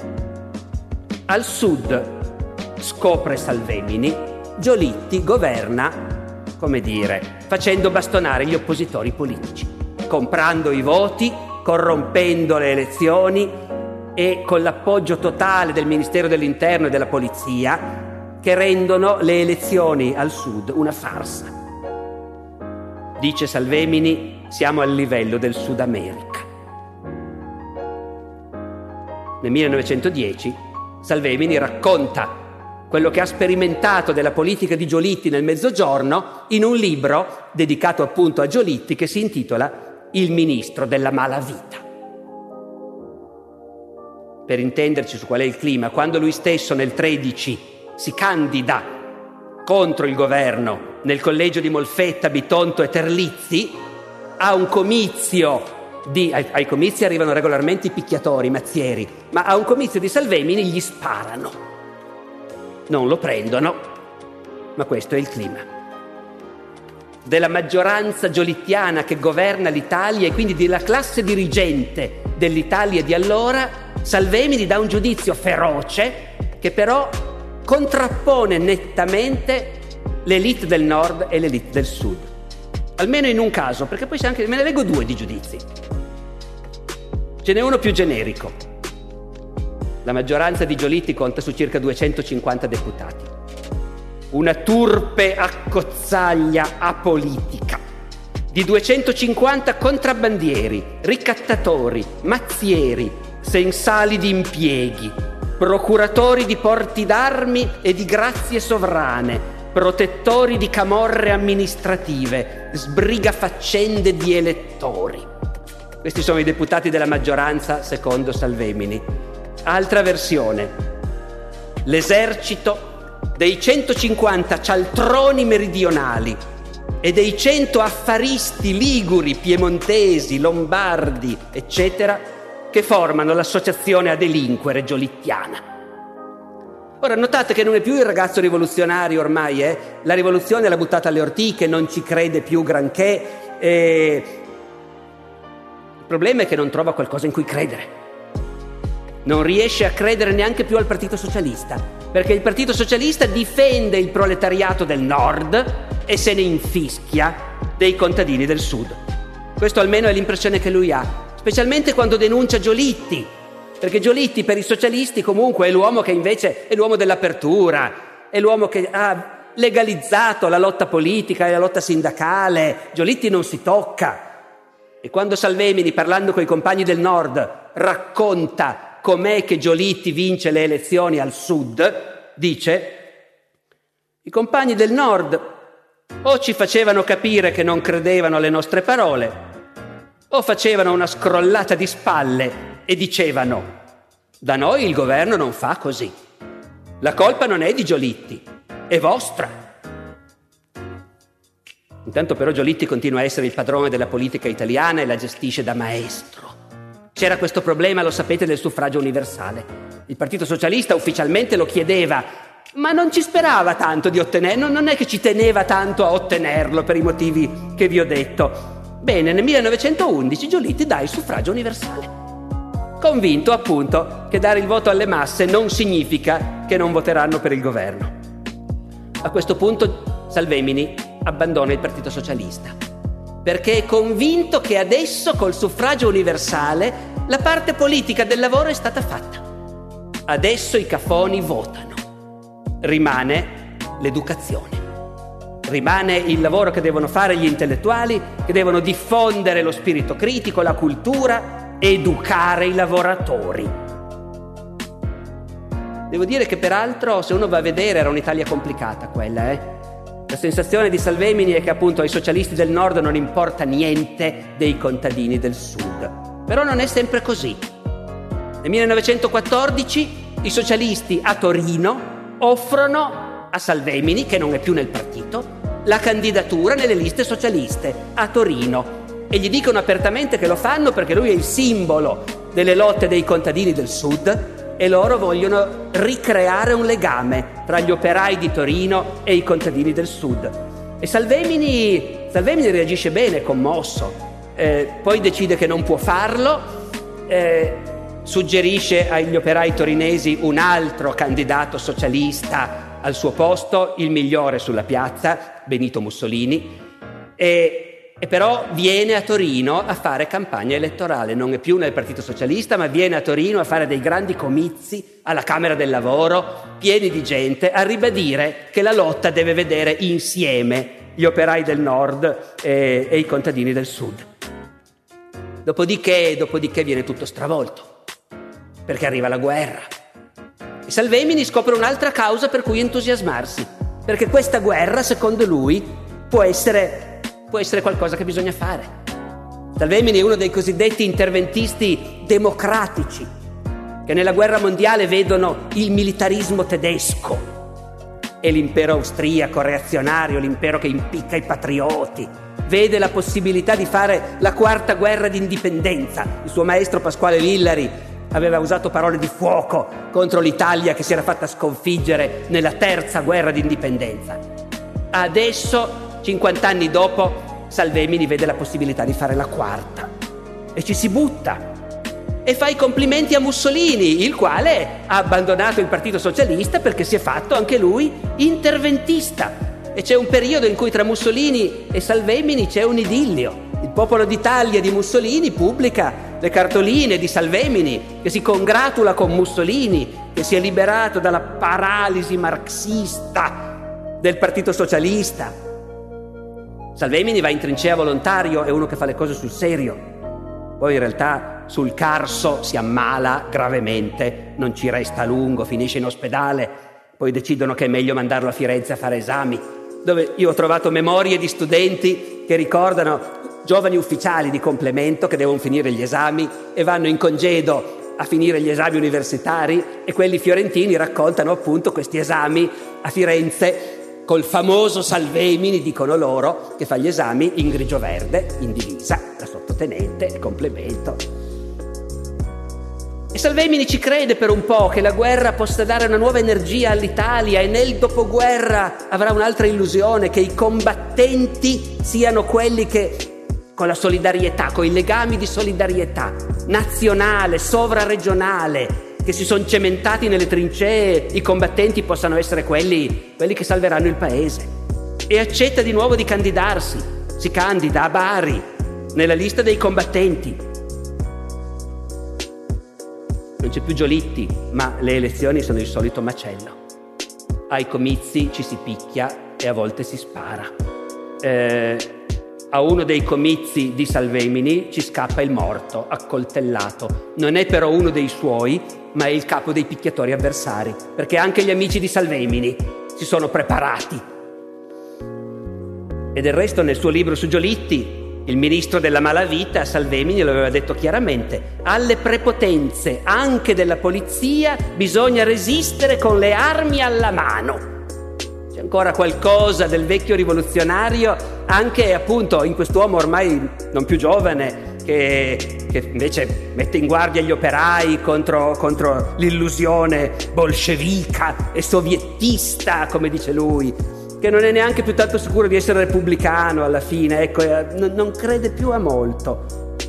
Speaker 2: Al sud, scopre Salvemini, Giolitti governa, come dire, facendo bastonare gli oppositori politici, comprando i voti, corrompendo le elezioni e con l'appoggio totale del Ministero dell'Interno e della Polizia, che rendono le elezioni al sud una farsa. Dice Salvemini: siamo al livello del Sud America. Nel millenovecentodieci Salvemini racconta quello che ha sperimentato della politica di Giolitti nel Mezzogiorno in un libro dedicato appunto a Giolitti che si intitola il ministro della malavita. Per intenderci su qual è il clima, quando lui stesso nel tredici si candida contro il governo nel collegio di Molfetta, Bitonto e Terlizzi, a un comizio di, ai, ai comizi arrivano regolarmente i picchiatori, i mazzieri, ma a un comizio di Salvemini gli sparano. Non lo prendono, ma questo è il clima della maggioranza giolittiana che governa l'Italia e quindi della classe dirigente dell'Italia di allora. Salvemini dà un giudizio feroce che però contrappone nettamente l'élite del nord e l'élite del sud. Almeno in un caso, perché poi c'è anche, me ne leggo due di giudizi. Ce n'è uno più generico. La maggioranza di Giolitti conta su circa duecentocinquanta deputati. Una turpe accozzaglia apolitica di duecentocinquanta contrabbandieri, ricattatori, mazzieri, sensali di impieghi, procuratori di porti d'armi e di grazie sovrane, protettori di camorre amministrative, sbrigafaccende di elettori. Questi sono i deputati della maggioranza secondo Salvemini. Altra versione: l'esercito dei centocinquanta cialtroni meridionali e dei cento affaristi liguri, piemontesi, lombardi, eccetera, che formano l'associazione a delinquere giolittiana. Ora notate che non è più il ragazzo rivoluzionario ormai, eh? La rivoluzione l'ha buttata alle ortiche, non ci crede più granché. E... il problema è che non trova qualcosa in cui credere. Non riesce a credere neanche più al Partito Socialista, perché il Partito Socialista difende il proletariato del nord e se ne infischia dei contadini del sud. Questo almeno è l'impressione che lui ha, specialmente quando denuncia Giolitti, perché Giolitti per i socialisti comunque è l'uomo che invece è l'uomo dell'apertura, è l'uomo che ha legalizzato la lotta politica e la lotta sindacale. Giolitti non si tocca. E quando Salvemini, parlando coi compagni del nord, racconta com'è che Giolitti vince le elezioni al sud, dice: i compagni del nord o ci facevano capire che non credevano alle nostre parole, o facevano una scrollata di spalle e dicevano: da noi il governo non fa così, la colpa non è di Giolitti, è vostra. Intanto però Giolitti continua a essere il padrone della politica italiana e la gestisce da maestro. C'era questo problema, lo sapete, del suffragio universale. Il Partito Socialista ufficialmente lo chiedeva, ma non ci sperava tanto di ottenerlo, non è che ci teneva tanto a ottenerlo per i motivi che vi ho detto. Bene, nel millenovecentoundici Giolitti dà il suffragio universale, convinto appunto che dare il voto alle masse non significa che non voteranno per il governo. A questo punto Salvemini abbandona il Partito Socialista, perché è convinto che adesso col suffragio universale la parte politica del lavoro è stata fatta. Adesso i cafoni votano. Rimane l'educazione. Rimane il lavoro che devono fare gli intellettuali, che devono diffondere lo spirito critico, la cultura, educare i lavoratori. Devo dire che peraltro, se uno va a vedere, era un'Italia complicata quella, eh? La sensazione di Salvemini è che appunto ai socialisti del nord non importa niente dei contadini del sud. Però non è sempre così. Nel millenovecentoquattordici i socialisti a Torino offrono a Salvemini, che non è più nel partito, la candidatura nelle liste socialiste a Torino e gli dicono apertamente che lo fanno perché lui è il simbolo delle lotte dei contadini del sud e loro vogliono ricreare un legame tra gli operai di Torino e i contadini del sud. E Salvemini, Salvemini reagisce bene, commosso, eh, poi decide che non può farlo, eh, suggerisce agli operai torinesi un altro candidato socialista al suo posto, il migliore sulla piazza, Benito Mussolini, e E però viene a Torino a fare campagna elettorale, non è più nel Partito Socialista, ma viene a Torino a fare dei grandi comizi alla Camera del Lavoro, pieni di gente, a ribadire che la lotta deve vedere insieme gli operai del nord e, e i contadini del sud. Dopodiché, dopodiché viene tutto stravolto, perché arriva la guerra. E Salvemini scopre un'altra causa per cui entusiasmarsi, perché questa guerra, secondo lui, può essere... può essere qualcosa che bisogna fare. Salvemini è uno dei cosiddetti interventisti democratici, che nella guerra mondiale vedono il militarismo tedesco e l'impero austriaco reazionario, l'impero che impicca i patrioti. Vede la possibilità di fare la quarta guerra d'indipendenza. Il suo maestro Pasquale Villari aveva usato parole di fuoco contro l'Italia che si era fatta sconfiggere nella terza guerra d'indipendenza. Adesso, cinquanta anni dopo, Salvemini vede la possibilità di fare la quarta e ci si butta e fa i complimenti a Mussolini, il quale ha abbandonato il Partito Socialista perché si è fatto anche lui interventista. E c'è un periodo in cui tra Mussolini e Salvemini c'è un idillio. Il Popolo d'Italia di Mussolini pubblica le cartoline di Salvemini, che si congratula con Mussolini, che si è liberato dalla paralisi marxista del Partito Socialista. Salvemini va in trincea volontario, è uno che fa le cose sul serio. Poi in realtà sul Carso si ammala gravemente, non ci resta a lungo, finisce in ospedale, poi decidono che è meglio mandarlo a Firenze a fare esami, dove io ho trovato memorie di studenti che ricordano giovani ufficiali di complemento che devono finire gli esami e vanno in congedo a finire gli esami universitari, e quelli fiorentini raccontano appunto questi esami a Firenze col famoso Salvemini, dicono loro, che fa gli esami in grigio-verde, in divisa, da sottotenente, il complemento. E Salvemini ci crede per un po' che la guerra possa dare una nuova energia all'Italia, e nel dopoguerra avrà un'altra illusione, che i combattenti siano quelli che, con la solidarietà, con i legami di solidarietà nazionale, sovraregionale, che si sono cementati nelle trincee, i combattenti possano essere quelli, quelli che salveranno il paese. E accetta di nuovo di candidarsi, si candida a Bari, nella lista dei combattenti. Non c'è più Giolitti, ma le elezioni sono il solito macello. Ai comizi ci si picchia e a volte si spara. Eh, a uno dei comizi di Salvemini ci scappa il morto, accoltellato. Non è però uno dei suoi, ma è il capo dei picchiatori avversari, perché anche gli amici di Salvemini si sono preparati. E del resto nel suo libro su Giolitti, il ministro della malavita, Salvemini, lo aveva detto chiaramente: alle prepotenze anche della polizia bisogna resistere con le armi alla mano. C'è ancora qualcosa del vecchio rivoluzionario anche appunto in quest'uomo ormai non più giovane, che, che invece mette in guardia gli operai contro, contro l'illusione bolscevica e soviettista, come dice lui, che non è neanche più tanto sicuro di essere repubblicano alla fine, ecco, non, non crede più a molto.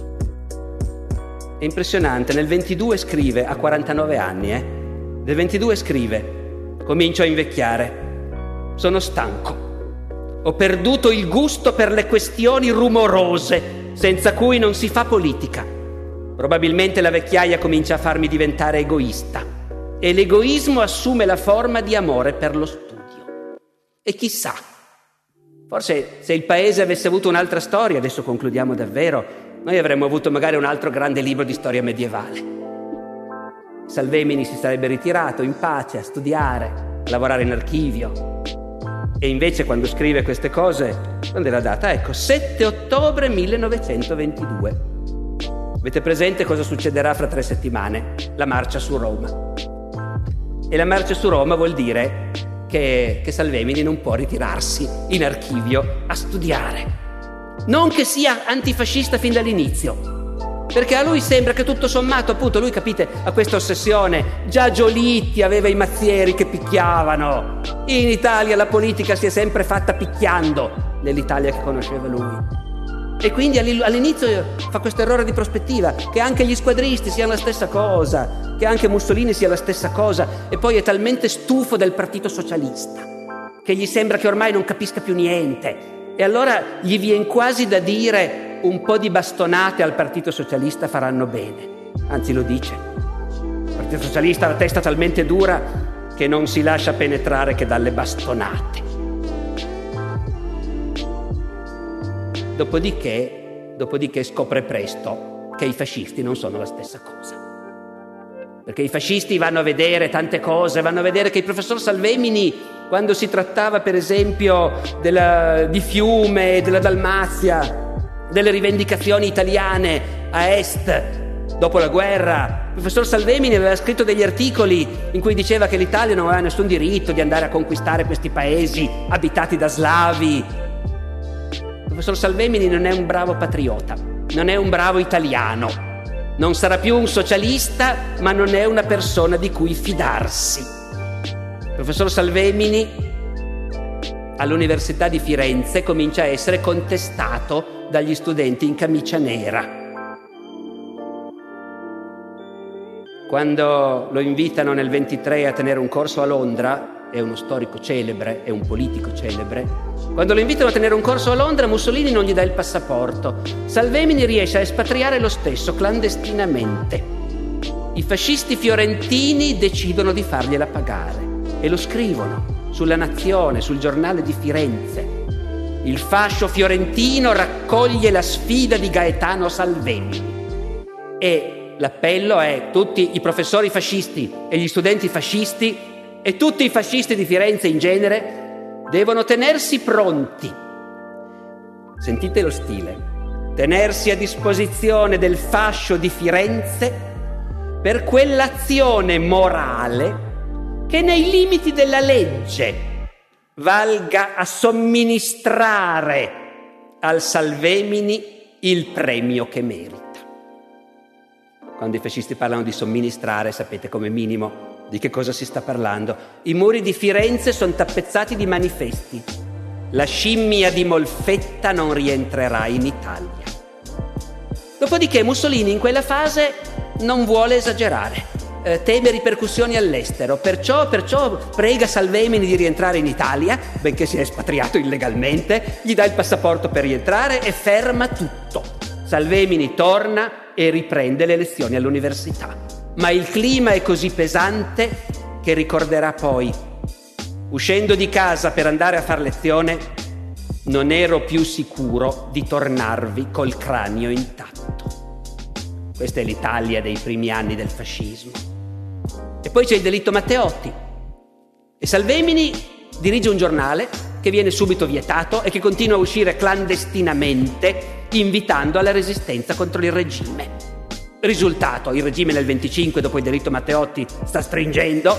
Speaker 2: È impressionante, nel ventidue scrive, ha quarantanove anni, eh? Nel ventidue scrive: comincio a invecchiare, sono stanco, ho perduto il gusto per le questioni rumorose, senza cui non si fa politica. Probabilmente la vecchiaia comincia a farmi diventare egoista, e l'egoismo assume la forma di amore per lo studio. E chissà, forse se il paese avesse avuto un'altra storia, adesso concludiamo davvero, noi avremmo avuto magari un altro grande libro di storia medievale. Salvemini si sarebbe ritirato in pace a studiare, a lavorare in archivio. E invece quando scrive queste cose, quando è la data? Ecco, sette ottobre millenovecentoventidue. Avete presente cosa succederà fra tre settimane? La marcia su Roma. E la marcia su Roma vuol dire che, che Salvemini non può ritirarsi in archivio a studiare. Non che sia antifascista fin dall'inizio, perché a lui sembra che tutto sommato, appunto, lui, capite, ha questa ossessione. Già Giolitti aveva i mazzieri che picchiavano. In Italia la politica si è sempre fatta picchiando, nell'Italia che conosceva lui. E quindi all'inizio fa questo errore di prospettiva, che anche gli squadristi siano la stessa cosa, che anche Mussolini sia la stessa cosa, e poi è talmente stufo del Partito Socialista che gli sembra che ormai non capisca più niente. E allora gli viene quasi da dire: un po' di bastonate al Partito Socialista faranno bene. Anzi, lo dice. Il Partito Socialista ha la testa talmente dura che non si lascia penetrare che dalle bastonate. Dopodiché, dopodiché scopre presto che i fascisti non sono la stessa cosa. Perché i fascisti vanno a vedere tante cose, vanno a vedere che il professor Salvemini, quando si trattava per esempio della, di Fiume e della Dalmazia, delle rivendicazioni italiane a est dopo la guerra. Il professor Salvemini aveva scritto degli articoli in cui diceva che l'Italia non aveva nessun diritto di andare a conquistare questi paesi abitati da slavi. Il professor Salvemini non è un bravo patriota, non è un bravo italiano, non sarà più un socialista, ma non è una persona di cui fidarsi. Il professor Salvemini all'Università di Firenze comincia a essere contestato dagli studenti in camicia nera. Quando lo invitano nel ventitré a tenere un corso a Londra, è uno storico celebre, è un politico celebre, quando lo invitano a tenere un corso a Londra, Mussolini non gli dà il passaporto. Salvemini riesce a espatriare lo stesso, clandestinamente. I fascisti fiorentini decidono di fargliela pagare e lo scrivono sulla Nazione, sul giornale di Firenze. Il fascio fiorentino raccoglie la sfida di Gaetano Salvemini e l'appello è: tutti i professori fascisti e gli studenti fascisti e tutti i fascisti di Firenze in genere devono tenersi pronti. Sentite lo stile: tenersi a disposizione del fascio di Firenze per quell'azione morale che nei limiti della legge valga a somministrare al Salvemini il premio che merita. Quando i fascisti parlano di somministrare, sapete come minimo di che cosa si sta parlando. I muri di Firenze sono tappezzati di manifesti: la scimmia di Molfetta non rientrerà in Italia. Dopodiché Mussolini in quella fase non vuole esagerare, eh, teme ripercussioni all'estero, perciò, perciò prega Salvemini di rientrare in Italia, benché sia espatriato illegalmente, gli dà il passaporto per rientrare e ferma tutto. Salvemini torna e riprende le lezioni all'università, ma il clima è così pesante che ricorderà poi: uscendo di casa per andare a far lezione, non ero più sicuro di tornarvi col cranio intatto. Questa è l'Italia dei primi anni del fascismo. E poi c'è il delitto Matteotti e Salvemini dirige un giornale che viene subito vietato e che continua a uscire clandestinamente, invitando alla resistenza contro il regime. Risultato: il regime nel venticinque, dopo il delitto Matteotti, sta stringendo.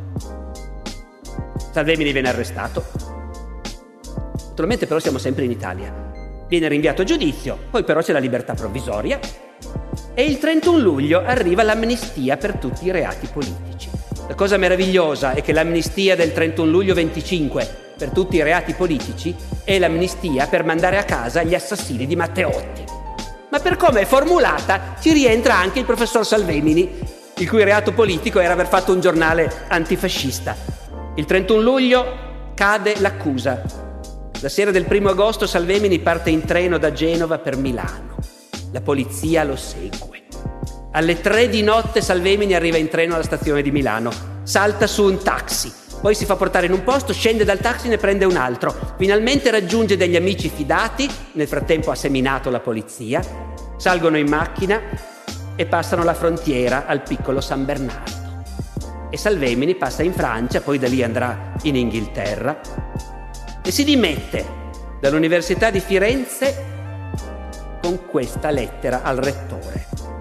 Speaker 2: Salvemini viene arrestato. Naturalmente però siamo sempre in Italia. Viene rinviato a giudizio, poi però c'è la libertà provvisoria e il trentuno luglio arriva l'amnistia per tutti i reati politici. La cosa meravigliosa è che l'amnistia del trentuno luglio venticinque per tutti i reati politici è l'amnistia per mandare a casa gli assassini di Matteotti. Ma per come è formulata ci rientra anche il professor Salvemini, il cui reato politico era aver fatto un giornale antifascista. Il trentuno luglio cade l'accusa. La sera del primo agosto Salvemini parte in treno da Genova per Milano. La polizia lo segue. Alle tre di notte Salvemini arriva in treno alla stazione di Milano, salta su un taxi, poi si fa portare in un posto, scende dal taxi, ne prende un altro, finalmente raggiunge degli amici fidati, nel frattempo ha seminato la polizia, salgono in macchina e passano la frontiera al piccolo San Bernardo. E Salvemini passa in Francia, poi da lì andrà in Inghilterra e si dimette dall'Università di Firenze con questa lettera al rettore: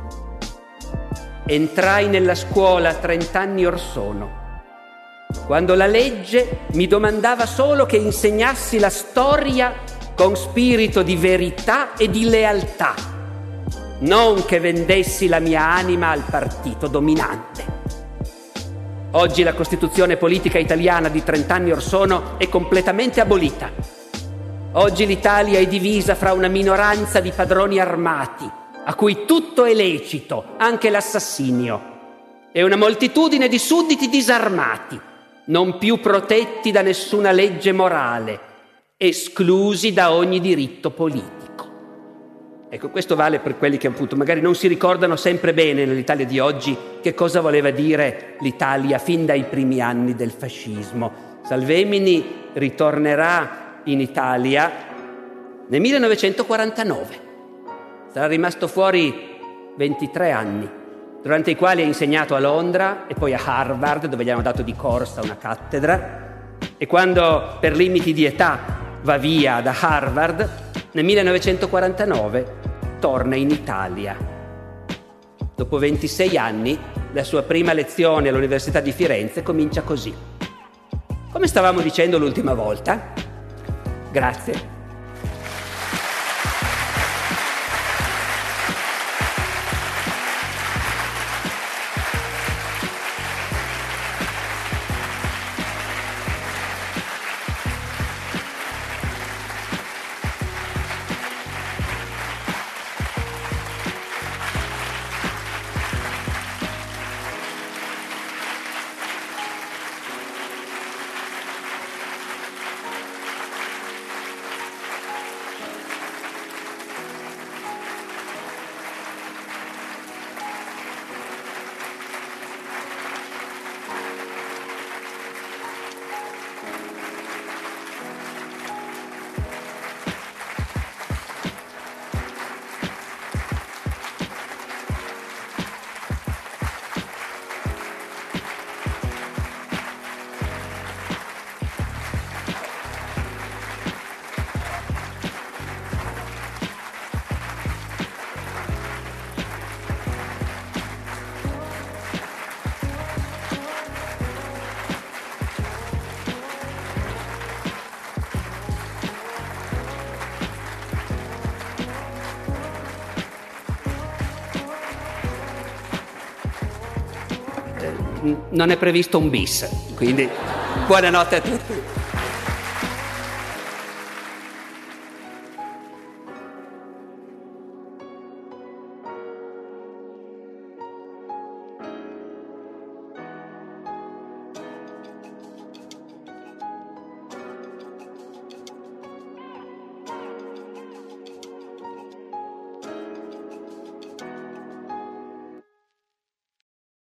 Speaker 2: entrai nella scuola trent'anni or sono, quando la legge mi domandava solo che insegnassi la storia con spirito di verità e di lealtà, non che vendessi la mia anima al partito dominante. Oggi la Costituzione politica italiana di trent'anni or sono è completamente abolita. Oggi l'Italia è divisa fra una minoranza di padroni armati, a cui tutto è lecito, anche l'assassinio, e una moltitudine di sudditi disarmati, non più protetti da nessuna legge morale, esclusi da ogni diritto politico. Ecco, questo vale per quelli che appunto magari non si ricordano sempre bene nell'Italia di oggi che cosa voleva dire l'Italia fin dai primi anni del fascismo. Salvemini ritornerà in Italia nel millenovecentoquarantanove. Sarà rimasto fuori ventitré anni, durante i quali ha insegnato a Londra e poi a Harvard, dove gli hanno dato di corsa una cattedra, e quando per limiti di età va via da Harvard nel millenovecentoquarantanove torna in Italia. Dopo ventisei anni, la sua prima lezione all'Università di Firenze comincia così. Come stavamo dicendo l'ultima volta? Grazie. Non è previsto un bis, quindi buonanotte a tutti.